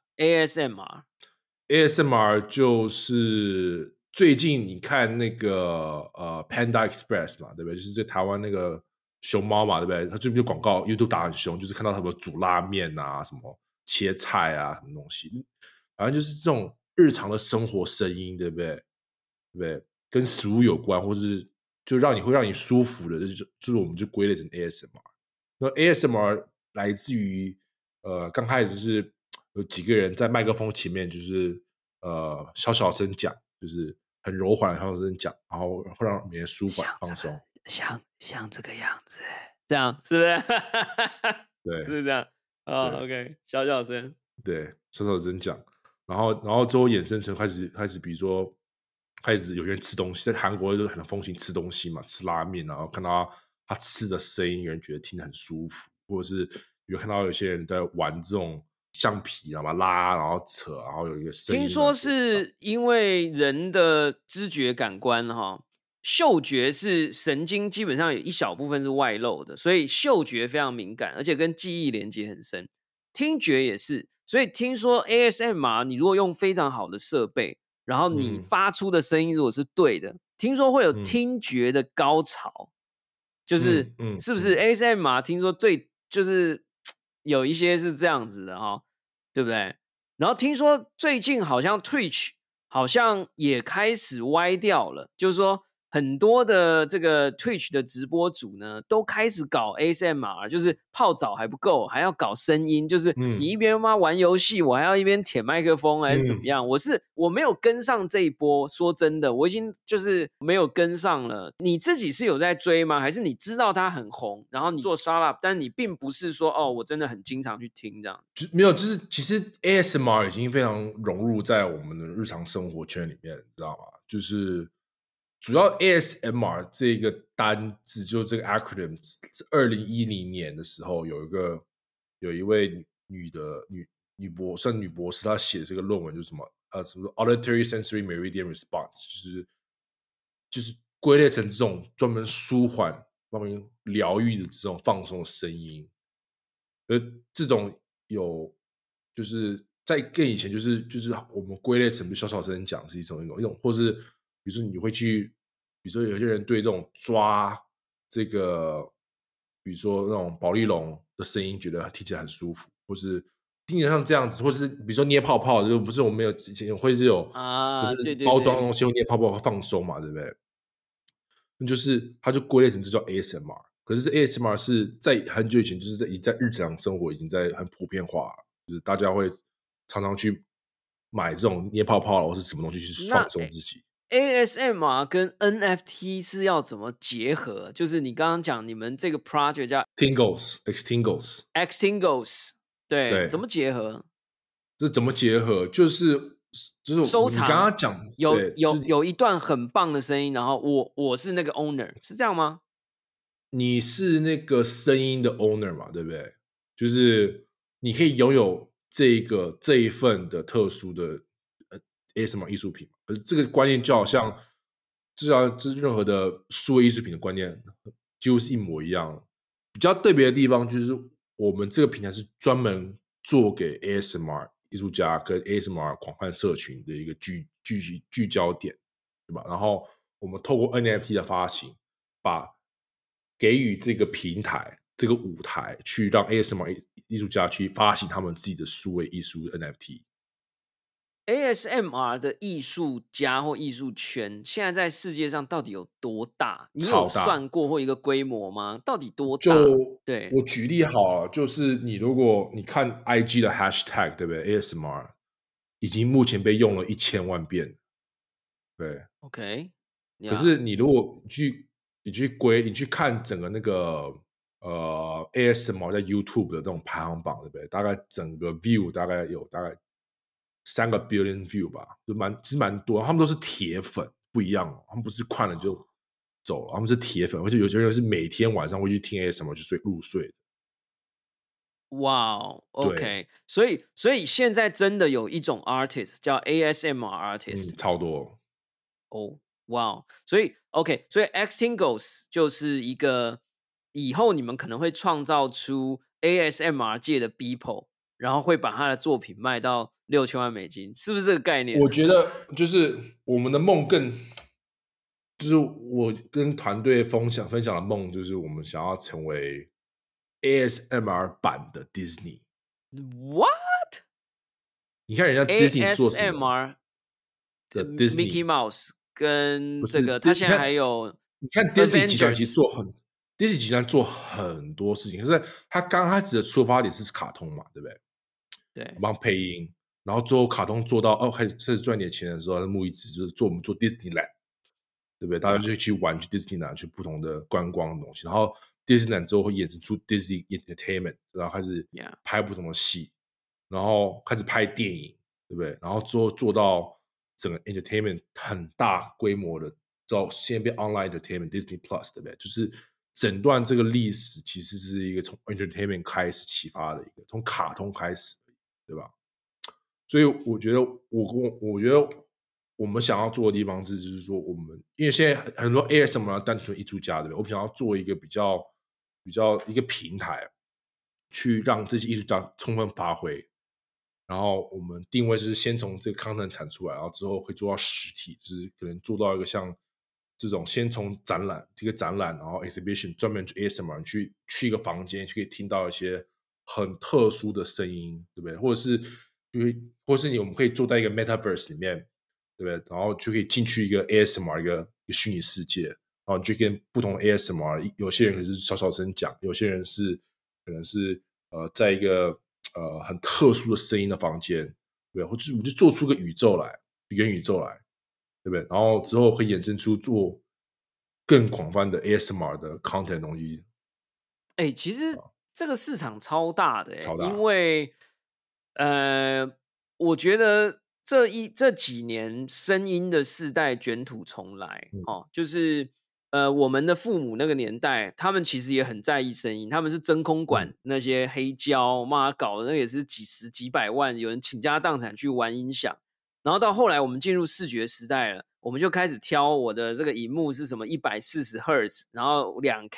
ASMR 就是最近你看那个Panda Express 嘛，对不对？就是在台湾那个熊猫嘛，对不对？它最近就广告 YouTube 打很凶，就是看到什么煮拉面啊，什么切菜啊，什么东西，反正就是这种日常的生活声音，对不对？对不对？跟食物有关，或是就会让你舒服的，就是我们就归类成 ASMR。那 ASMR 来自于刚开始是有几个人在麦克风前面，就是小小声讲，就是很柔缓的小小声讲，然后会让别人舒缓放松， 像这个样子，这样是不是？ 对， 是这样啊。OK， 小小声， 对，小小声讲，然后之后衍生成开始，比如说开始有人吃东西，在韩国就很风行吃东西嘛，吃拉面，然后看到他吃的声音，有人觉得听得很舒服，或者是有看到有些人在玩这种橡皮，然后拉，然后扯，然后有一个声音。 听说是因为人的知觉感官哈，嗅觉是神经基本上有一小部分是外露的，所以嗅觉非常敏感，而且跟记忆连接很深。听觉也是，所以听说 ASMR 你如果用非常好的设备，然后你发出的声音如果是对的，听说会有听觉的高潮，就是是不是 ASMR 听说就是有一些是这样子的哈，对不对？然后听说最近好像 Twitch 好像也开始歪掉了，就是说很多的这个 Twitch 的直播主呢，都开始搞 ASMR，就是泡澡还不够，还要搞声音，就是你一边玩游戏，我还要一边舔麦克风，还是怎么样？我没有跟上这一波，说真的，我已经就是没有跟上了。你自己是有在追吗？还是你知道它很红，然后你做 startup， 但你并不是说哦，我真的很经常去听这样？ 没有，就是其实 ASMR 已经非常融入在我们的日常生活圈里面，你知道吗？就是主要 ASMR 这个单字，就这个 acronym， 是2010年的时候有一位女博士，她写这个论文，就是什么 auditory sensory meridian response，就是归类成这种专门舒缓、专门疗愈的这种放松的声音。而这种就是在更以前，就是我们归类成小小声讲是一种，或是比如说你会去，比如说有些人对这种抓这个，比如说那种保丽龙的声音，觉得听起来很舒服，或是听起来像这样子，或是比如说捏泡泡，就不是我们有之前会是有就是对对包装的对， 东西会捏泡泡放松嘛，对不对？那就是它就归类成这叫 ASMR。可是 ASMR 是在很久以前，就是在日常生活已经在很普遍化了，就是大家会常常去买这种捏泡泡或是什么东西去放那松自己。 ASMR 跟 NFT 是要怎么结合？就是你刚刚讲你们这个 project 叫 Tingles， Xingles，对，怎对， 么结合？ 这怎么结合？就是你刚收藏刚讲， 有对，就是有有一段很棒的声音，然后我是那个 owner，是这样吗？ 你是那个声音的 owner 嘛，对不对？就是你可以拥有这一份的特殊的ASMR 艺术品，而这个观念就好像，就是任何的数位艺术品的观念几乎是一模一样。比较特别的地方就是我们这个平台是专门做给 ASMR 艺术家跟 ASMR 广泛社群的一个聚焦点，对吧？然后我们透过 NFT 的发行，把给予这个平台、这个舞台，去让 ASMR 艺术家去发行他们自己的数位艺术 NFT。 ASMR 的艺术家或艺术圈，现在在世界上到底有多大？你有超大。 算过或一个规模吗？到底多大？ 就对我举例好了，就是如果你看 IG 的 hashtag，对不对？ASMR 已经目前被用了1000万遍，对。 ，OK， 可呀、 是你如果你去看整个那个ASMR 在 YouTube 的这种排行榜，对不对？大概整个 view 大概3个 billion view 吧，其实蛮多。他们都是铁粉，不一样哦，他们不是看了就走了，他们是铁粉，而且有些人是每天晚上会去听 ASMR 去入睡的。 哇哦对， ，OK，所以现在真的有一种 artist 叫 ASMR artist 超多。 哦，哇哦，所以 OK，所以 Xingles 就是一个以后你们可能会创造出 ASMR 界的 Beeple，然后会把他的作品卖到$6000，是不是这个概念？ 我觉得就是我们的梦就是我跟团队分享的梦，就是我们想要成为 ASMR 版的 Disney。 What 你看人家 Disney 做什么 ASMR 的 Mickey Disney， Mouse 跟不是， 这个，他现在你看还有你看 Disney 集团其实 Avengers， Disney 集团做很多事情，可是他刚开始的出发点是卡通嘛，对不对？ 对帮配音，然后最后卡通做到开始赚点钱的时候，他的目的只是我们做 Disneyland，对不对？大家就去玩去 Disneyland，去不同的观光的东西，然后 Disneyland 之后会衍生出 Disney Entertainment，然后开始 ，Yeah， 拍不同的戏，然后开始拍电影，对不对？然后之后做到整个 Entertainment 很大规模的，到现在变 Online Entertainment Disney Plus，对不对？就是整段这个历史其实是一个从 Entertainment 开始启发的一个，从卡通开始，对吧？所以我觉得我觉得我们想要做的地方是，就是说我们因为现在很多 ASMR 单纯艺术家，对不对？我们想要做一个比较一个平台，去让这些艺术家充分发挥。然后我们定位就是先从这个 content 产出来，然后之后会做到实体，就是可能做到一个像这种先从这个展览，然后 exhibition 专门去 ASMR 去一个房间，就可以听到一些很特殊的声音，对不对？或者是我们可以坐在一个 metaverse 里面，对对不对？然后就可以进去一个 ASMR 一个虚拟世界，然后你就跟不同的 ASMR， 有些人可能是小小声讲，有些人是可能是在一个很特殊的声音的房间，对不对？或者我就做出个宇宙来，元宇宙来，对不对？然后之后会衍生出做更广泛的 ASMR 的 content 的东西， 其实这个市场超大的因超大。 为我觉得这几年声音的世代卷土重来哦，就是我们的父母那个年代，他们其实也很在意声音，他们是真空管那些黑胶，妈搞的那也是几十几百万，有人倾家荡产去玩音响。然后到后来我们进入视觉时代了，我们就开始挑我的这个荧幕是什么140 Hz， 然后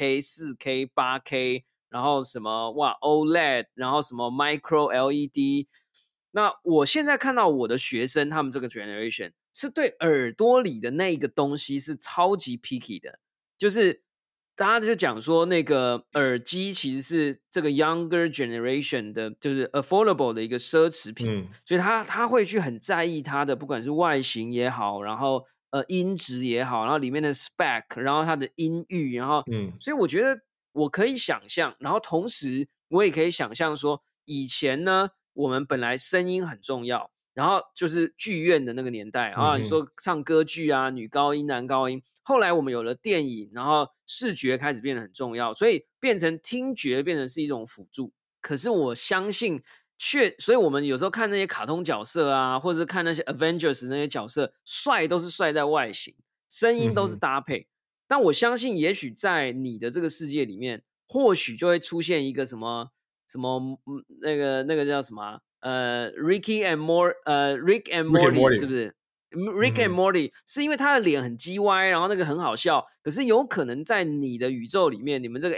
2K、4K、8K， 然后什么OLED， 然后什么 Micro LED。那我现在看到我的学生，他们这个 generation 是对耳朵里的那一个东西是超级 picky 的，就是大家就讲说那个耳机其实是这个 younger generation 的，就是 affordable 的一个奢侈品，所以他会去很在意它的不管是外形也好，然后音质也好，然后里面的 spec， 然后它的音域，然后所以我觉得我可以想象，然后同时我也可以想象说，以前呢我们本来声音很重要，然后就是剧院的那个年代啊，你说唱歌剧啊，女高音、男高音。后来我们有了电影，然后视觉开始变得很重要，所以变成听觉变成是一种辅助。可是我相信，所以我们有时候看那些卡通角色啊，或者是看那些 Avengers 那些角色，帅都是帅在外形，声音都是搭配。但我相信，也许在你的这个世界里面，或许就会出现一个什么那个叫什么Rick and Morty 是不是？Rick and Morty 是因为他的脸很鸡歪，然后那个很好笑。可是有可能在你的宇宙里面，你们这个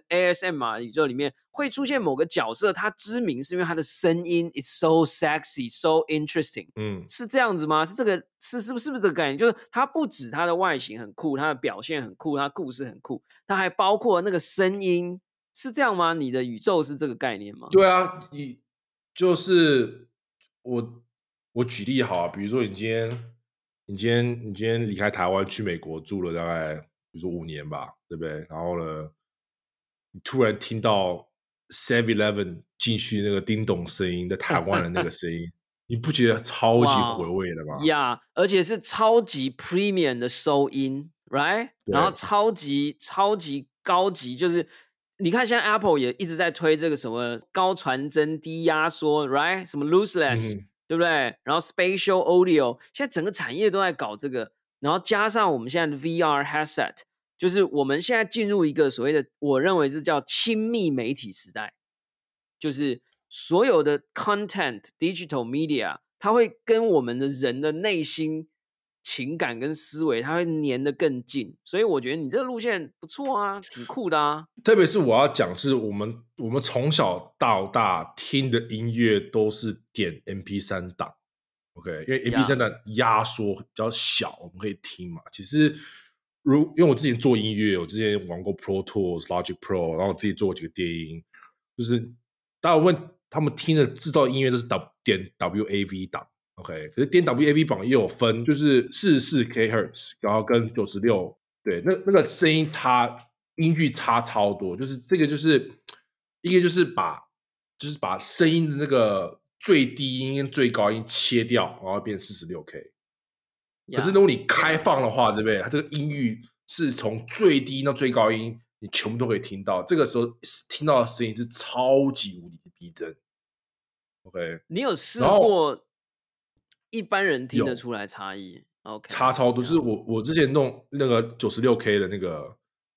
ASMR 宇宙里面会出现某个角色，他知名是因为他的声音 is so sexy, so interesting。是这样子吗？是这个是不是这个概念？就是他不止他的外形很酷，他的表现很酷，他故事很酷，他还包括那个声音，是这样吗？你的宇宙是这个概念吗？ 对啊，就是我举例好啊，比如说你今天离开台湾去美国住了大概比如说5年吧，对不对？然后呢，你突然听到 7-Eleven 进去那个叮咚声音，在台湾的那个声音，你不觉得超级回味的吗？ 呀，而且是超级 premium 的收音 ，right？ 然后超级高级，就是你看现在 Apple 也一直在推这个什么高传真、低压缩 ，right？ 什么 lossless，对不对？然后 spatial audio， 现在整个产业都在搞这个，然后加上我们现在的 VR headset， 就是我们现在进入一个所谓的，我认为是叫亲密媒体时代，就是所有的 content digital media， 它会跟我们的人的内心情感跟思维，它会粘得更近，所以我觉得你这个路线不错啊，挺酷的啊。 特别是我要讲，是我们从小到大听的音乐都是点 MP3 档 ，OK， 因为 MP3 的压缩比较小，我们可以听嘛。其实因为我之前做音乐，我之前玩过 Pro Tools、Logic Pro， 然后我自己做过几个电音，就是大部分他们听的制造音乐都是点 WAV 档。OK， 可是点 WAV 档也有分，就是44 kHz， 然后跟96，对，那个声音音域差超多，就是这个就是一个就是把声音的那个最低音跟最高音切掉，然后变 46K。可是如果你开放的话，对不对？它这个音域是从最低到最高音，你全部都可以听到。这个时候听到的声音是超级无敌逼真。OK， 你有试过一般人听得出来差异 ？OK， 差超多。就是我之前弄那个 96K 的那个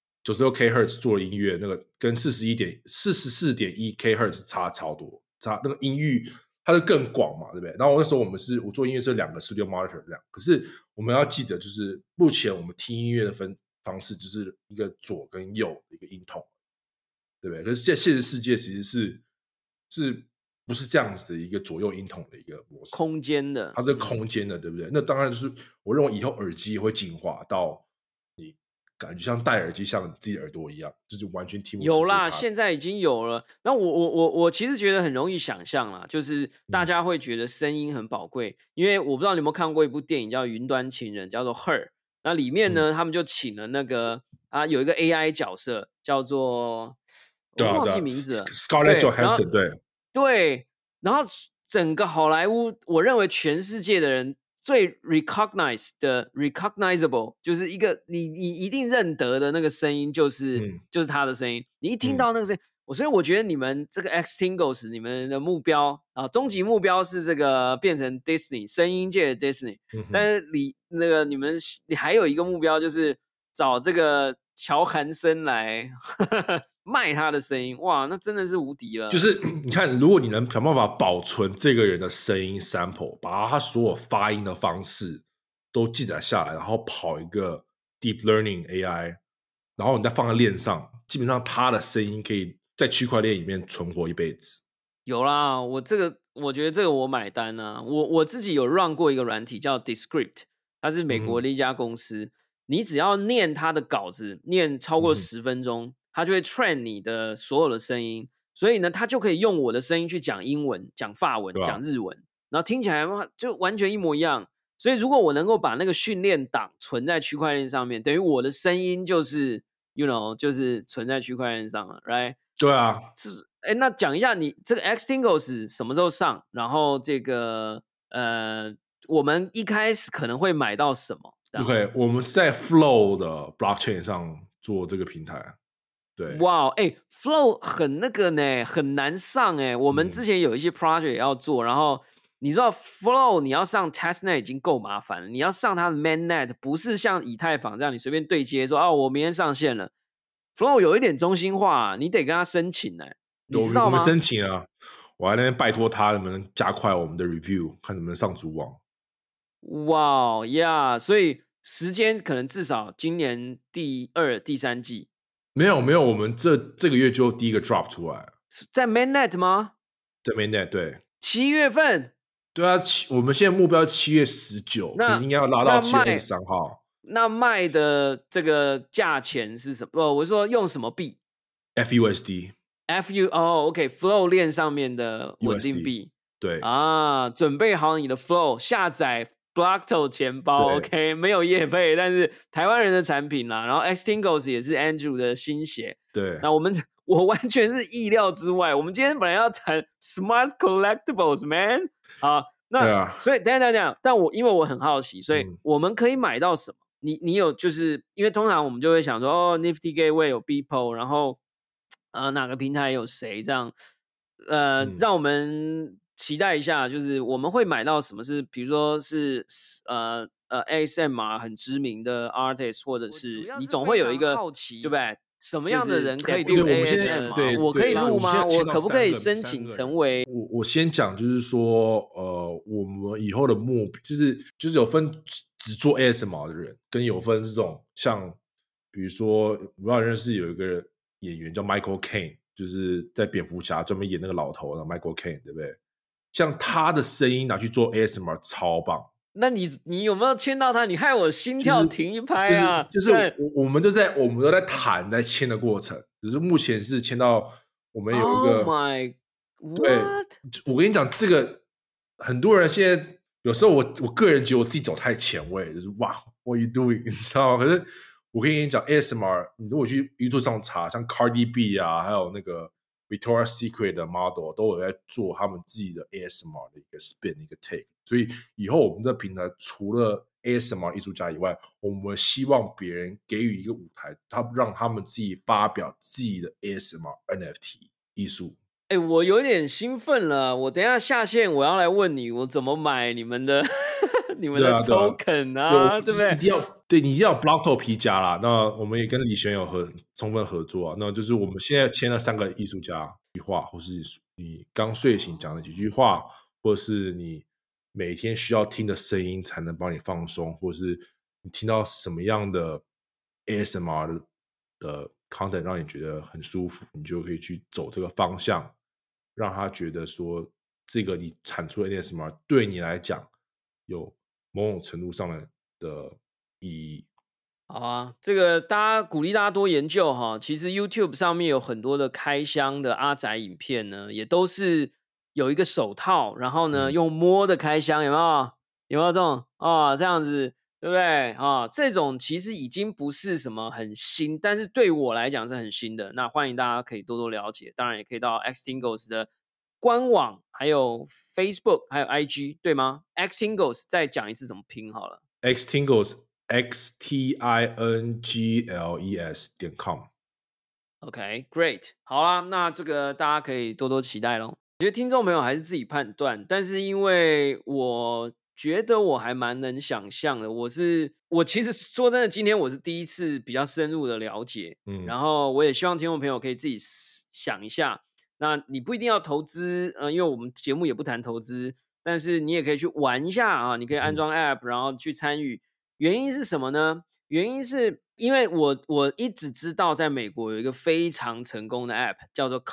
96K Hz 做的音乐，那个跟44.1 kHz 差超多，差那个音域它就更广嘛，对不对？然后那时候我做音乐是2个 Studio Monitor 这样，可是我们要记得，就是目前我们听音乐的方式就是一个左跟右的一个音筒，对不对？可是在现实世界其实是不是这样子的一个左右音筒的一个模式？ 空间的， 它是空间的，对不对？那当然就是我认为以后耳机会进化到感觉像戴耳机，像自己的耳朵一样，就是完全听不出有啦， 这个差别。 现在已经有了。那我其实觉得很容易想象啦，就是大家会觉得声音很宝贵，因为我不知道你有没有看过一部电影叫《云端情人》，叫做《Her》。那里面呢，他们就请了那个有一个 AI 角色叫做对啊， 我忘对啊记名字了， ，Scarlett 对，然后 Johansson，对， 对，然后整个好莱坞，我认为全世界的人最 recognizable 就是一个你一定认得的那个声音，就是他的声音。你一听到那个声音，所以我觉得你们这个 Xtingles 你们的目标终极目标是这个变成 Disney 声音界的 Disney，但是你还有一个目标就是找这个乔韩森来卖他的声音，哇，那真的是无敌了。 就是你看，如果你能想办法保存这个人的声音 sample，把他所有发音的方式都记载下来，然后跑一个 deep learning AI，然后你再放在链上，基本上他的声音可以在区块链里面存活一辈子。 有啦，我觉得这个我买单啊。我自己有 run 过一个软体叫 Descript， 它是美国的一家公司。你只要念它的稿子，念超过10分钟，它就会 train 你的所有的声音。所以呢，它就可以用我的声音去讲英文、讲法文、讲日文，然后听起来就完全一模一样。所以如果我能够把那个训练档存在区块链上面，等于我的声音就是就是存在区块链上了 ，right？ 对啊， 那讲一下你这个 Xtingles 什么时候上？然后这个我们一开始可能会买到什么 OK， 我们是在 Flow 的 blockchain 上做这个平台。对， 哇，Flow 很那个呢，很难上我们之前有一些 project 也要做，然后你知道 Flow 你要上 testnet 已经够麻烦了，你要上它的 mainnet 不是像以太坊这样你随便对接说我明天上线了。Flow 有一点中心化，你得跟他申请你知道吗？ 我们申请啊，我在那边拜托他能不能加快我们的 review， 看能不能上主网。 哇呀，所以时间可能至少今年第2、第3季。 没有，我们这个月就第一个 drop 出来， 在 mainnet 吗？ 在 mainnet， 对 ，7月份。 对啊，我们现在目标7月19，可是应该要拉到7月23号。 那卖的这个价钱是什么？我是说用什么币 ？FUSD。 OK，Flow 链上面的稳定币。 对准备好你的 Flow， 下载 Blockto 钱包 ，OK， 没有业配，但是台湾人的产品啦。然后 Xtingles 也是 Andrew 的心血。 对， 那我完全是意料之外。我们今天本来要谈 Smart Collectibles，man。所以等一下，但因为我很好奇，所以我们可以买到什么？你有就是因为通常我们就会想说Nifty Gateway 有 Beeple， 然后哪个平台有谁这样，让我们期待一下，就是我们会买到什么是，比如说是ASMR 很知名的 artist， 或者是你总会有一个对不对？什么样的人可以录 ASMR？ 我可以录吗？我可不可以申请成为？ 我先讲，就是说，我们以后的目标就是有分只做 ASMR 的人，跟有分这种像，比如说，我不知道认识有一个演员叫 Michael Caine， 就是在蝙蝠侠专门演那个老头的 Michael Caine， 对不对？像他的声音拿去做 ASMR 超棒。 那你有没有签到他？你害我心跳停一拍啊！ 就是我们都在谈在签的过程，只是目前是签到我们有一个。 Oh my， 对，我跟你讲，这个很多人现在有时候我个人觉得我自己走太前卫，就是哇 ，What you doing？ 你知道吗？可是我可以跟你讲 ASMR， 你如果去 YouTube 上查，像 Cardi B 啊，还有那个 Victoria's Secret 的 model 都有在做他们自己的 ASMR 的一个 spin 一个 take， 所以以后我们的平台除了 ASMR 艺术家以外，我们希望别人给予一个舞台，让他们自己发表自己的 ASMR NFT 艺术。 我有点兴奋了，我等一下下线我要来问你，我怎么买你们的你们的 token 啊，对不对？ 你一定要 Blockto 皮夹啦。那我们也跟李璇有充分合作啊。那就是我们现在签了3个艺术家，一句话，或是你刚睡醒讲的几句话，或是你每天需要听的声音才能帮你放松，或是你听到什么样的 ASMR 的 content 让你觉得很舒服，你就可以去走这个方向，让他觉得说这个你产出的 ASMR 对你来讲有某种程度上的意义。 好啊，这个鼓励大家多研究哈。其实 YouTube 上面有很多的开箱的阿宅影片呢，也都是有一个手套，然后呢用摸的开箱，有没有？有没有这种这样子，对不对啊？这种其实已经不是什么很新，但是对我来讲是很新的。那欢迎大家可以多多了解，当然也可以到 Xtingles 的官网，还有 Facebook， 还有 IG， 对吗？Xtingles 再讲一次怎么拼好了。 Xtingles XTINGLES.com。 OK, great， 好啦，那这个大家可以多多期待咯。我觉得听众朋友还是自己判断，但是因为我觉得我还蛮能想象的，我其实说真的，今天我是第一次比较深入的了解，然后我也希望听众朋友可以自己想一下，那你不一定要投资，因为我们节目也不谈投资，但是你也可以去玩一下啊，你可以安装 App，然后去参与。原因是什么呢？原因是因为我一直知道，在美国有一个非常成功的 App 叫做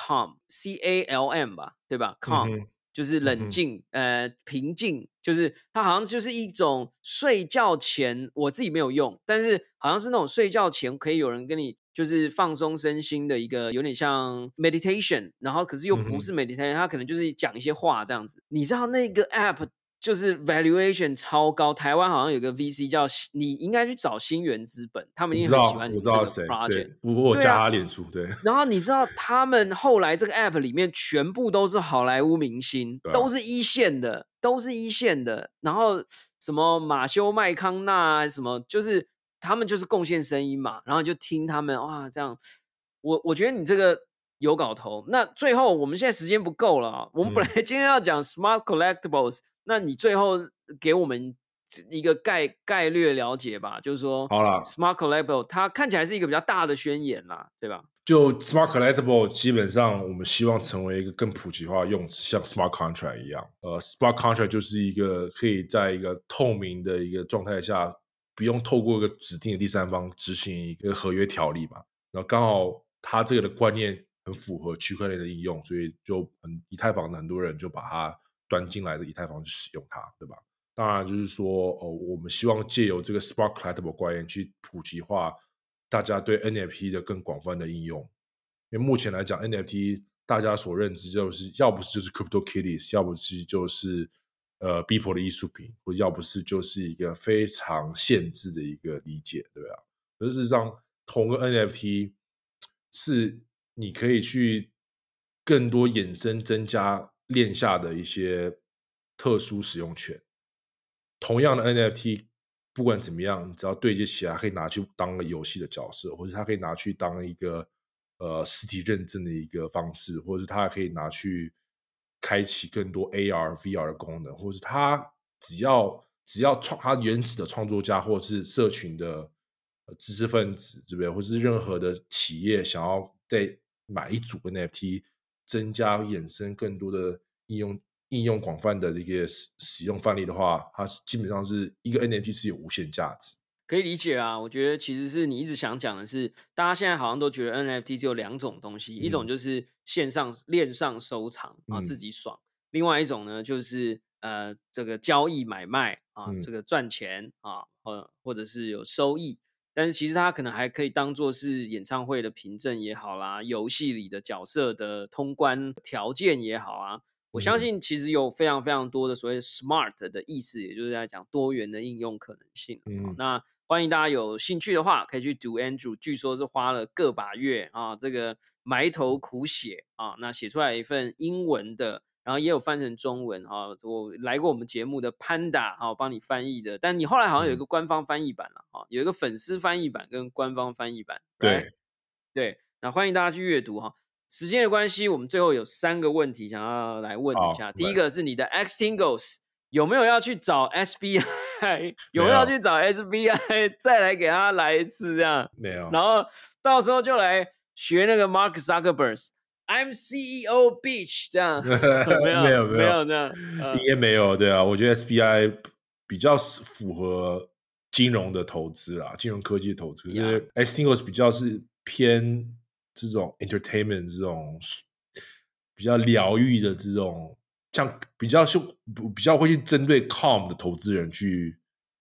Calm，CALM 吧，对吧？Calm 就是冷静，平静，就是它好像就是一种睡觉前，我自己没有用，但是好像是那种睡觉前可以有人跟你就是放松身心的一个，有点像 meditation， 然后可是又不是 meditation，它可能就是讲一些话这样子。你知道那个 App？就是 valuation 超高，台湾好像有个 VC 叫你应该去找新源资本，他们一定很喜欢你这个 project。 对，我加他脸书，对。 然后你知道他们后来这个 app 里面全部都是好莱坞明星，都是一线的，都是一线的。然后什么马修麦康纳什么，就是他们就是贡献声音嘛，然后你就听他们哇这样。我觉得你这个有搞头。那最后我们现在时间不够了，我们本来今天要讲 smart collectibles。那你最后给我们一个概略了解吧，就是说， 好啦 ，Smart Collectible 它看起来是一个比较大的宣言啦，对吧？ 就 Smart Collectible 基本上我们希望成为一个更普及化的用词，像 Smart Contract 一样。Smart Contract 就是一个可以在一个透明的一个状态下，不用透过一个指定的第三方执行一个合约条例嘛。然后刚好它这个的观念很符合区块链的应用，所以就以太坊的很多人就把它端进来的以太坊去使用它，对吧？当然就是说，我们希望借由这个 Smart Collectible 观念去普及化大家对 NFT 的更广泛的应用。因为目前来讲 NFT 大家所认知就是要不是就是 CryptoKitties， 要不是就是Beeple 的艺术品，或要不是就是一个非常限制的一个理解，对吧？可是事实上同个 NFT 是你可以去更多衍生增加链下的一些特殊使用权。同样的 NFT 不管怎么样，只要对接起来，可以拿去当个游戏的角色，或者它可以拿去当一个实体认证的一个方式，或者是它可以拿去开启更多 AR、VR 的功能，或者是它只要它原始的创作家或者是社群的知识分子，对不对？或是任何的企业想要再买一组 NFT， 增加衍生更多的应用广泛的一个使用范例的话，它基本上是一个 NFT 是有无限价值。 可以理解啊，我觉得其实是你一直想讲的是，大家现在好像都觉得 NFT 只有两种东西，一种就是线上链上收藏啊，自己爽；另外一种呢，就是这个交易买卖啊，这个赚钱啊，或者是有收益。但是其实它可能还可以当做是演唱会的凭证也好啦，游戏里的角色的通关条件也好啊。我相信其实有非常非常多的所谓 smart 的意思，也就是在讲多元的应用可能性。那欢迎大家有兴趣的话，可以去读 Andrew， 据说是花了个把月啊，这个埋头苦写啊，那写出来一份英文的，然后也有翻成中文啊。我来过我们节目的 Panda 啊，帮你翻译的，但你后来好像有一个官方翻译版了啊，有一个粉丝翻译版跟官方翻译版。 对对，那欢迎大家去阅读哈。时间的关系，我们最后有3个问题想要来问你一下。第一个是你的 Xtingles 有没有要去找 SBI？ 有没有要去找 SBI 再来给他来一次这样？ 没有。 然后到时候就来学那个 Mark Zuckerberg。I'm CEO bitch 这样没有这样， 应该没有。对啊，我觉得 SBI 比较符合金融的投资啦，金融科技的投资。可是 Xtingles 比较是偏这种 entertainment 这种比较疗愈的这种，像比较会去针对 Calm 的投资人去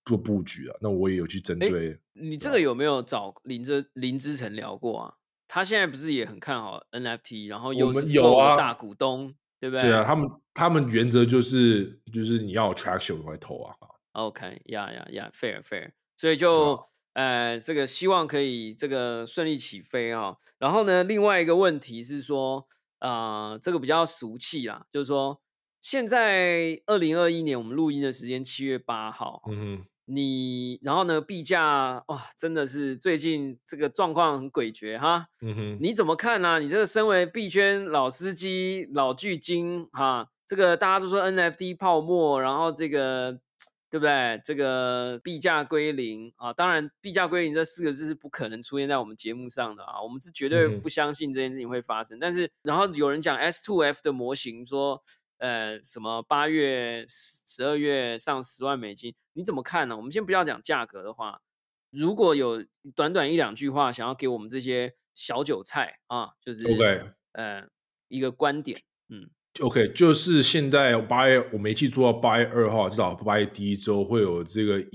做布局啊。那我也有去针对。 你这个有没有找林之晨聊过啊？他现在不是也很看好 NFT， 然后又是 Flow 的大股东，对不对？ 对啊，他们原则就是你要有 traction 才会投啊。 OK， fair，所以就这个希望可以这个顺利起飞啊。然后呢，另外一个问题是说，这个比较俗气啦，就是说现在2021年我们录音的时间7月8号，然后呢，币价哇，真的是最近这个状况很诡谲哈。你怎么看呢？你这个身为币圈老司机、老巨鲸哈，这个大家都说 NFT 泡沫，然后这个对不对？这个币价归零啊，当然币价归零这4个字是不可能出现在我们节目上的啊，我们是绝对不相信这件事情会发生。但是，然后有人讲 S2F 的模型说，什么8月、12月上10万美金，你怎么看呢？我们先不要讲价格的话，如果有短短1、2句话想要给我们这些小韭菜啊，就是 OK， 一个观点 ，OK， 就是现在8月，我没记错到8月2号，至少8月第1周会有这个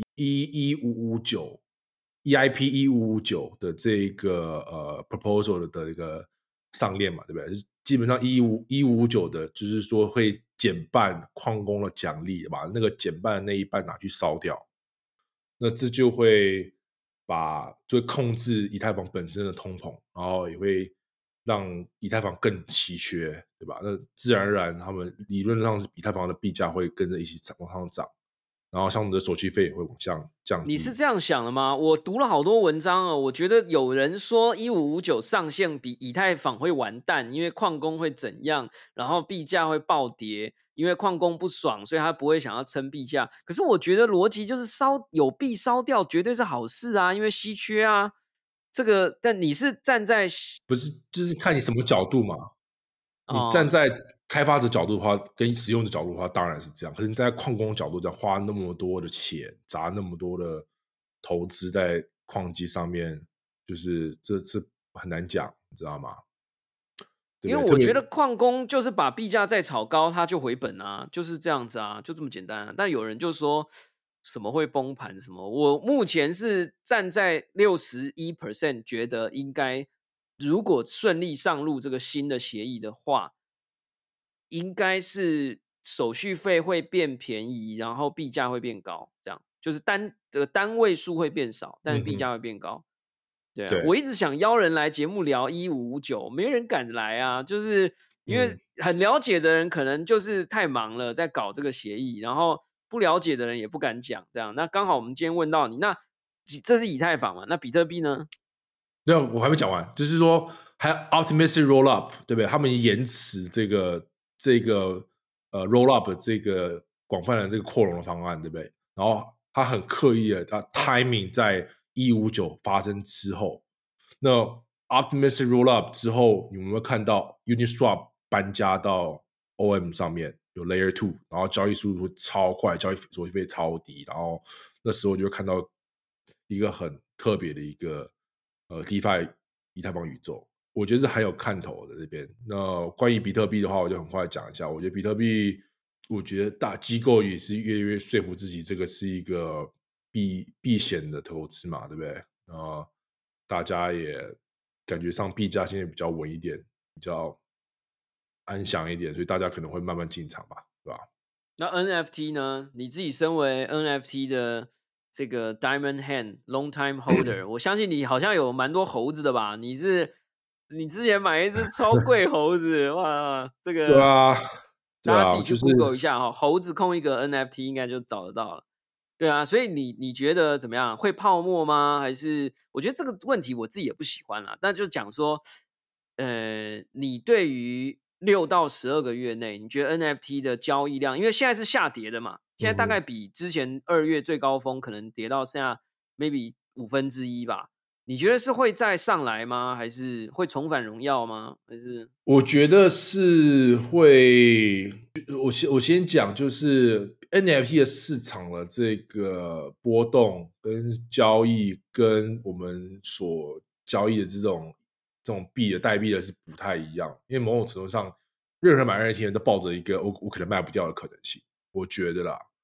11559 EIP 1559的这个proposal 的一个上链嘛，对不对？基本上1559的，就是说会减半矿工的奖励，把那个减半的那一半拿去烧掉，那这就会控制以太坊本身的通膨，然后也会让以太坊更稀缺，对吧？那自然而然，他们理论上是以太坊的币价会跟着一起往上涨，然后像我们的手续费也会往下降低。 你是这样想的吗？我读了好多文章哦，我觉得有人说1559上线比以太坊会完蛋，因为矿工会怎样，然后币价会暴跌，因为矿工不爽，所以他不会想要撑币价。可是我觉得逻辑就是有币烧掉绝对是好事啊，因为稀缺啊。这个，但你是站在不是就是看你什么角度嘛？你哦， 站在开发者角度的话，跟使用者角度的话，当然是这样。可是你站在矿工角度，在花那么多的钱，砸那么多的投资在矿机上面，就是这很难讲，你知道吗？对不对？ 因为我觉得矿工就是把币价再炒高，他就回本啊，就是这样子啊，就这么简单啊。但有人就说什么会崩盘什么，我目前是站在61%，觉得应该如果顺利上路这个新的协议的话，应该是手续费会变便宜，然后币价会变高，这样就是这个单位数会变少，但是币价会变高。对啊，我一直想邀人来节目聊1559，没人敢来啊，就是因为很了解的人可能就是太忙了，在搞这个协议，然后不了解的人也不敢讲，这样。那刚好我们今天问到你，那这是以太坊嘛？那比特币呢？ 没有，我还没讲完，就是说还有 optimistic roll up， 对不对？他们延迟这个roll up 这个广泛的这个扩容的方案，对不对？然后他很刻意的，他 timing 在159发生之后，那 optimistic roll up 之后，你们会看到 Uniswap 搬家到 OM 上面有 Layer 2，然后交易速度超快，交易手续费超低，然后那时候就会看到一个很特别的一个DeFi 以太坊宇宙，我觉得是很有看头的这边。那关于比特币的话，我就很快讲一下。我觉得比特币，我觉得大机构也是越来越说服自己，这个是一个避险的投资嘛，对不对？大家也感觉上币价现在比较稳一点，比较安详一点，所以大家可能会慢慢进场吧，对吧？ 那 NFT 呢？你自己身为 NFT 的这个 Diamond Hand Long Time Holder，我相信你好像有蛮多猴子的吧？你之前买一只超贵猴子，哇，这个对啊， 大家自己去 Google 一下哈，猴子空一个 NFT 应该就找得到了。对啊，所以你觉得怎么样？会泡沫吗？还是我觉得这个问题我自己也不喜欢啦。那就讲说，你对于6到12个月内，你觉得 NFT 的交易量，因为现在是下跌的嘛，现在大概比之前2月最高峰可能跌到剩下 maybe 1/5吧。你觉得是会再上来吗？还是会重返荣耀吗？还是我觉得是会，我先讲，就是 NFT 的市场的这个波动跟交易，跟我们所交易的这种币的代币的是不太一样，因为某种程度上，任何买 NFT 人都抱着一个我可能卖不掉的可能性，我觉得啦，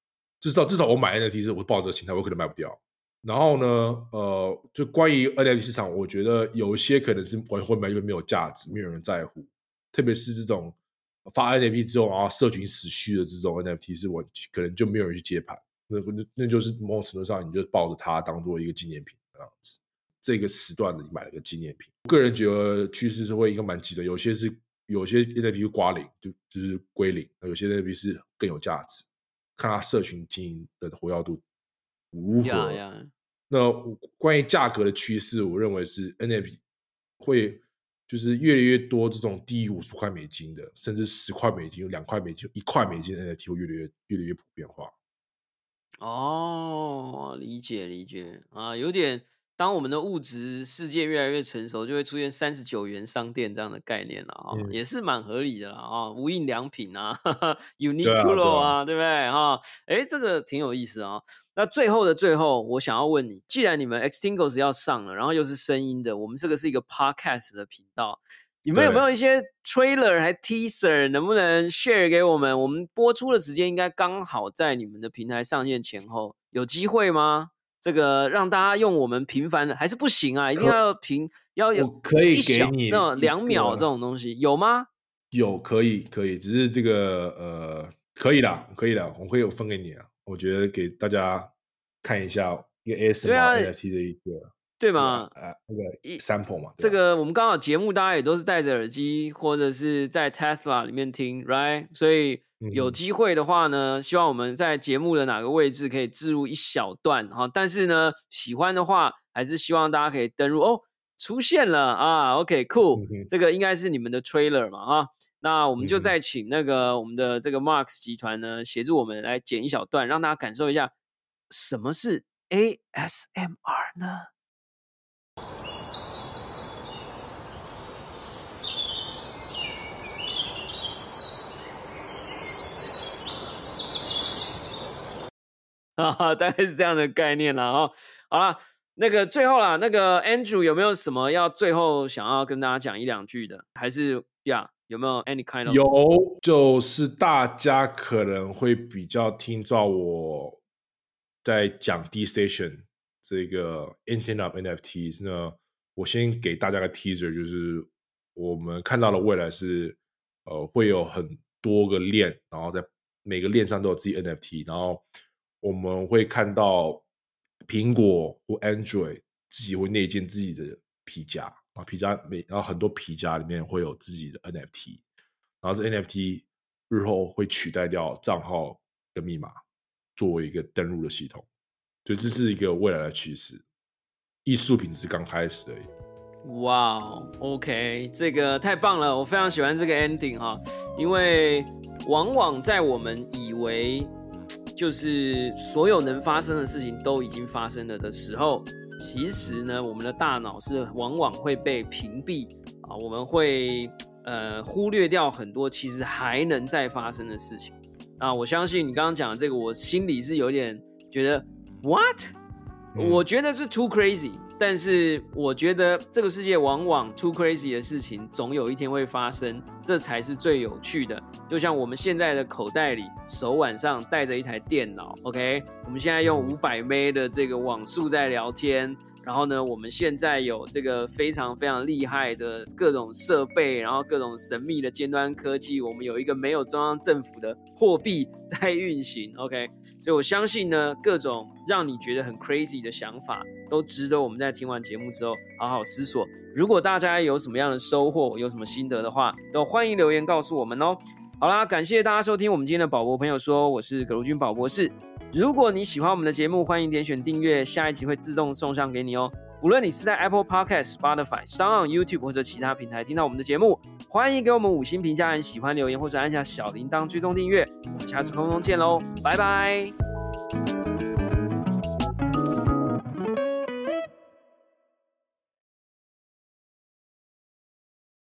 至少我买 NFT 是我抱着这个心态，我可能卖不掉。然后呢，就关于 NFT 市场，我觉得有一些可能是会没有价值，没有人在乎。特别是这种发 NFT 之后，然后社群死虚的这种 NFT，是我可能就没有人去接盘。那就是某种程度上，你就抱着它当做一个纪念品这样子。这个时段的你买了个纪念品，我个人觉得趋势是会一个蛮急的。有些 NFT 会刮零，就是归零；有些 NFT 是更有价值，看它社群经营的活跃度如何。那关于价格的趋势，我认为是 NFT 会就是越来越多这种低于50块美金的，甚至10块美金、2块美金、1块美金的 NFT 会越来越普遍化。 哦，理解啊，有点当我们的物质世界越来越成熟，就会出现39元商店这样的概念了啊，也是蛮合理的啦啊，无印良品啊，Uniqlo 啊，对不对啊？这个挺有意思啊。那最后的最后，我想要问你，既然你们 Extingos 要上了，然后又是声音的，我们这个是一个 podcast 的频道，你们有没有一些 trailer 还 teaser 能不能 share 给我们？我们播出的时间应该刚好在你们的平台上线前后，有机会吗？这个让大家用我们平凡的还是不行啊？一定要有我可以给你那2秒这种东西有吗？ 有，可以，只是这个可以啦，我会有分给你啊。我觉得给大家看一下一个 ASMR NFT 的一个， 对吗？ 那个 sample 嘛。 这个我们刚好节目大家也都是戴着耳机，或者是在 Tesla 里面听 ，right？ 所以有机会的话呢，希望我们在节目的哪个位置可以置入一小段哈。但是呢，喜欢的话还是希望大家可以登入哦。出现了啊 ，OK cool，这个应该是你们的 trailer 嘛啊。那我们就再请那个我们的这个 Marks 集团呢，协助我们来剪一小段，让大家感受一下什么是 ASMR 呢？大概是这样的概念啦哦。好啦，那个最后啦，那个 Andrew 有没有什么要最后想要跟大家讲1-2句的？还是有没有 any kind of？ 有，就是大家可能会比较听到我在讲 D-Station 这个 Internet of NFTs 呢，我先给大家个 teaser， 就是我们看到的未来是会有很多个链，然后在每个链上都有自己 NFT， 然后我们会看到苹果或 Android 自己会内建自己的皮夹，然后很多皮夹里面会有自己的 NFT， 然后这 NFT 日后会取代掉账号的密码，作为一个登录的系统，所以这是一个未来的趋势。艺术品是刚开始而已。 哇 ，OK， 这个太棒了，我非常喜欢这个 ending 哈，因为往往在我们以为就是所有能发生的事情都已经发生了的时候，其实呢，我们的大脑是往往会被屏蔽啊，我们会忽略掉很多其实还能再发生的事情。啊，我相信你刚刚讲的这个，我心里是有点觉得 what？我觉得是 too crazy， 但是我觉得这个世界往往 too crazy 的事情总有一天会发生，这才是最有趣的。就像我们现在的口袋里、手腕上带着一台电脑 ，OK， 我们现在用500M 的这个网速在聊天。然后呢，我们现在有这个非常非常厉害的各种设备，然后各种神秘的尖端科技，我们有一个没有中央政府的货币在运行 ，OK， 所以我相信呢，各种让你觉得很 crazy 的想法，都值得我们在听完节目之后好好思索。如果大家有什么样的收获，有什么心得的话，都欢迎留言告诉我们哦。好啦，感谢大家收听我们今天的宝博朋友说，我是葛如君宝博士。如果你喜欢我们的节目，欢迎点选订阅，下一集会自动送上给你哦。无论你是在 Apple Podcast、Spotify、SoundOn、YouTube 或者其他平台听到我们的节目，欢迎给我们5星评价和喜欢留言，或者按下小铃铛追踪订阅。我们下次空中见喽，拜拜。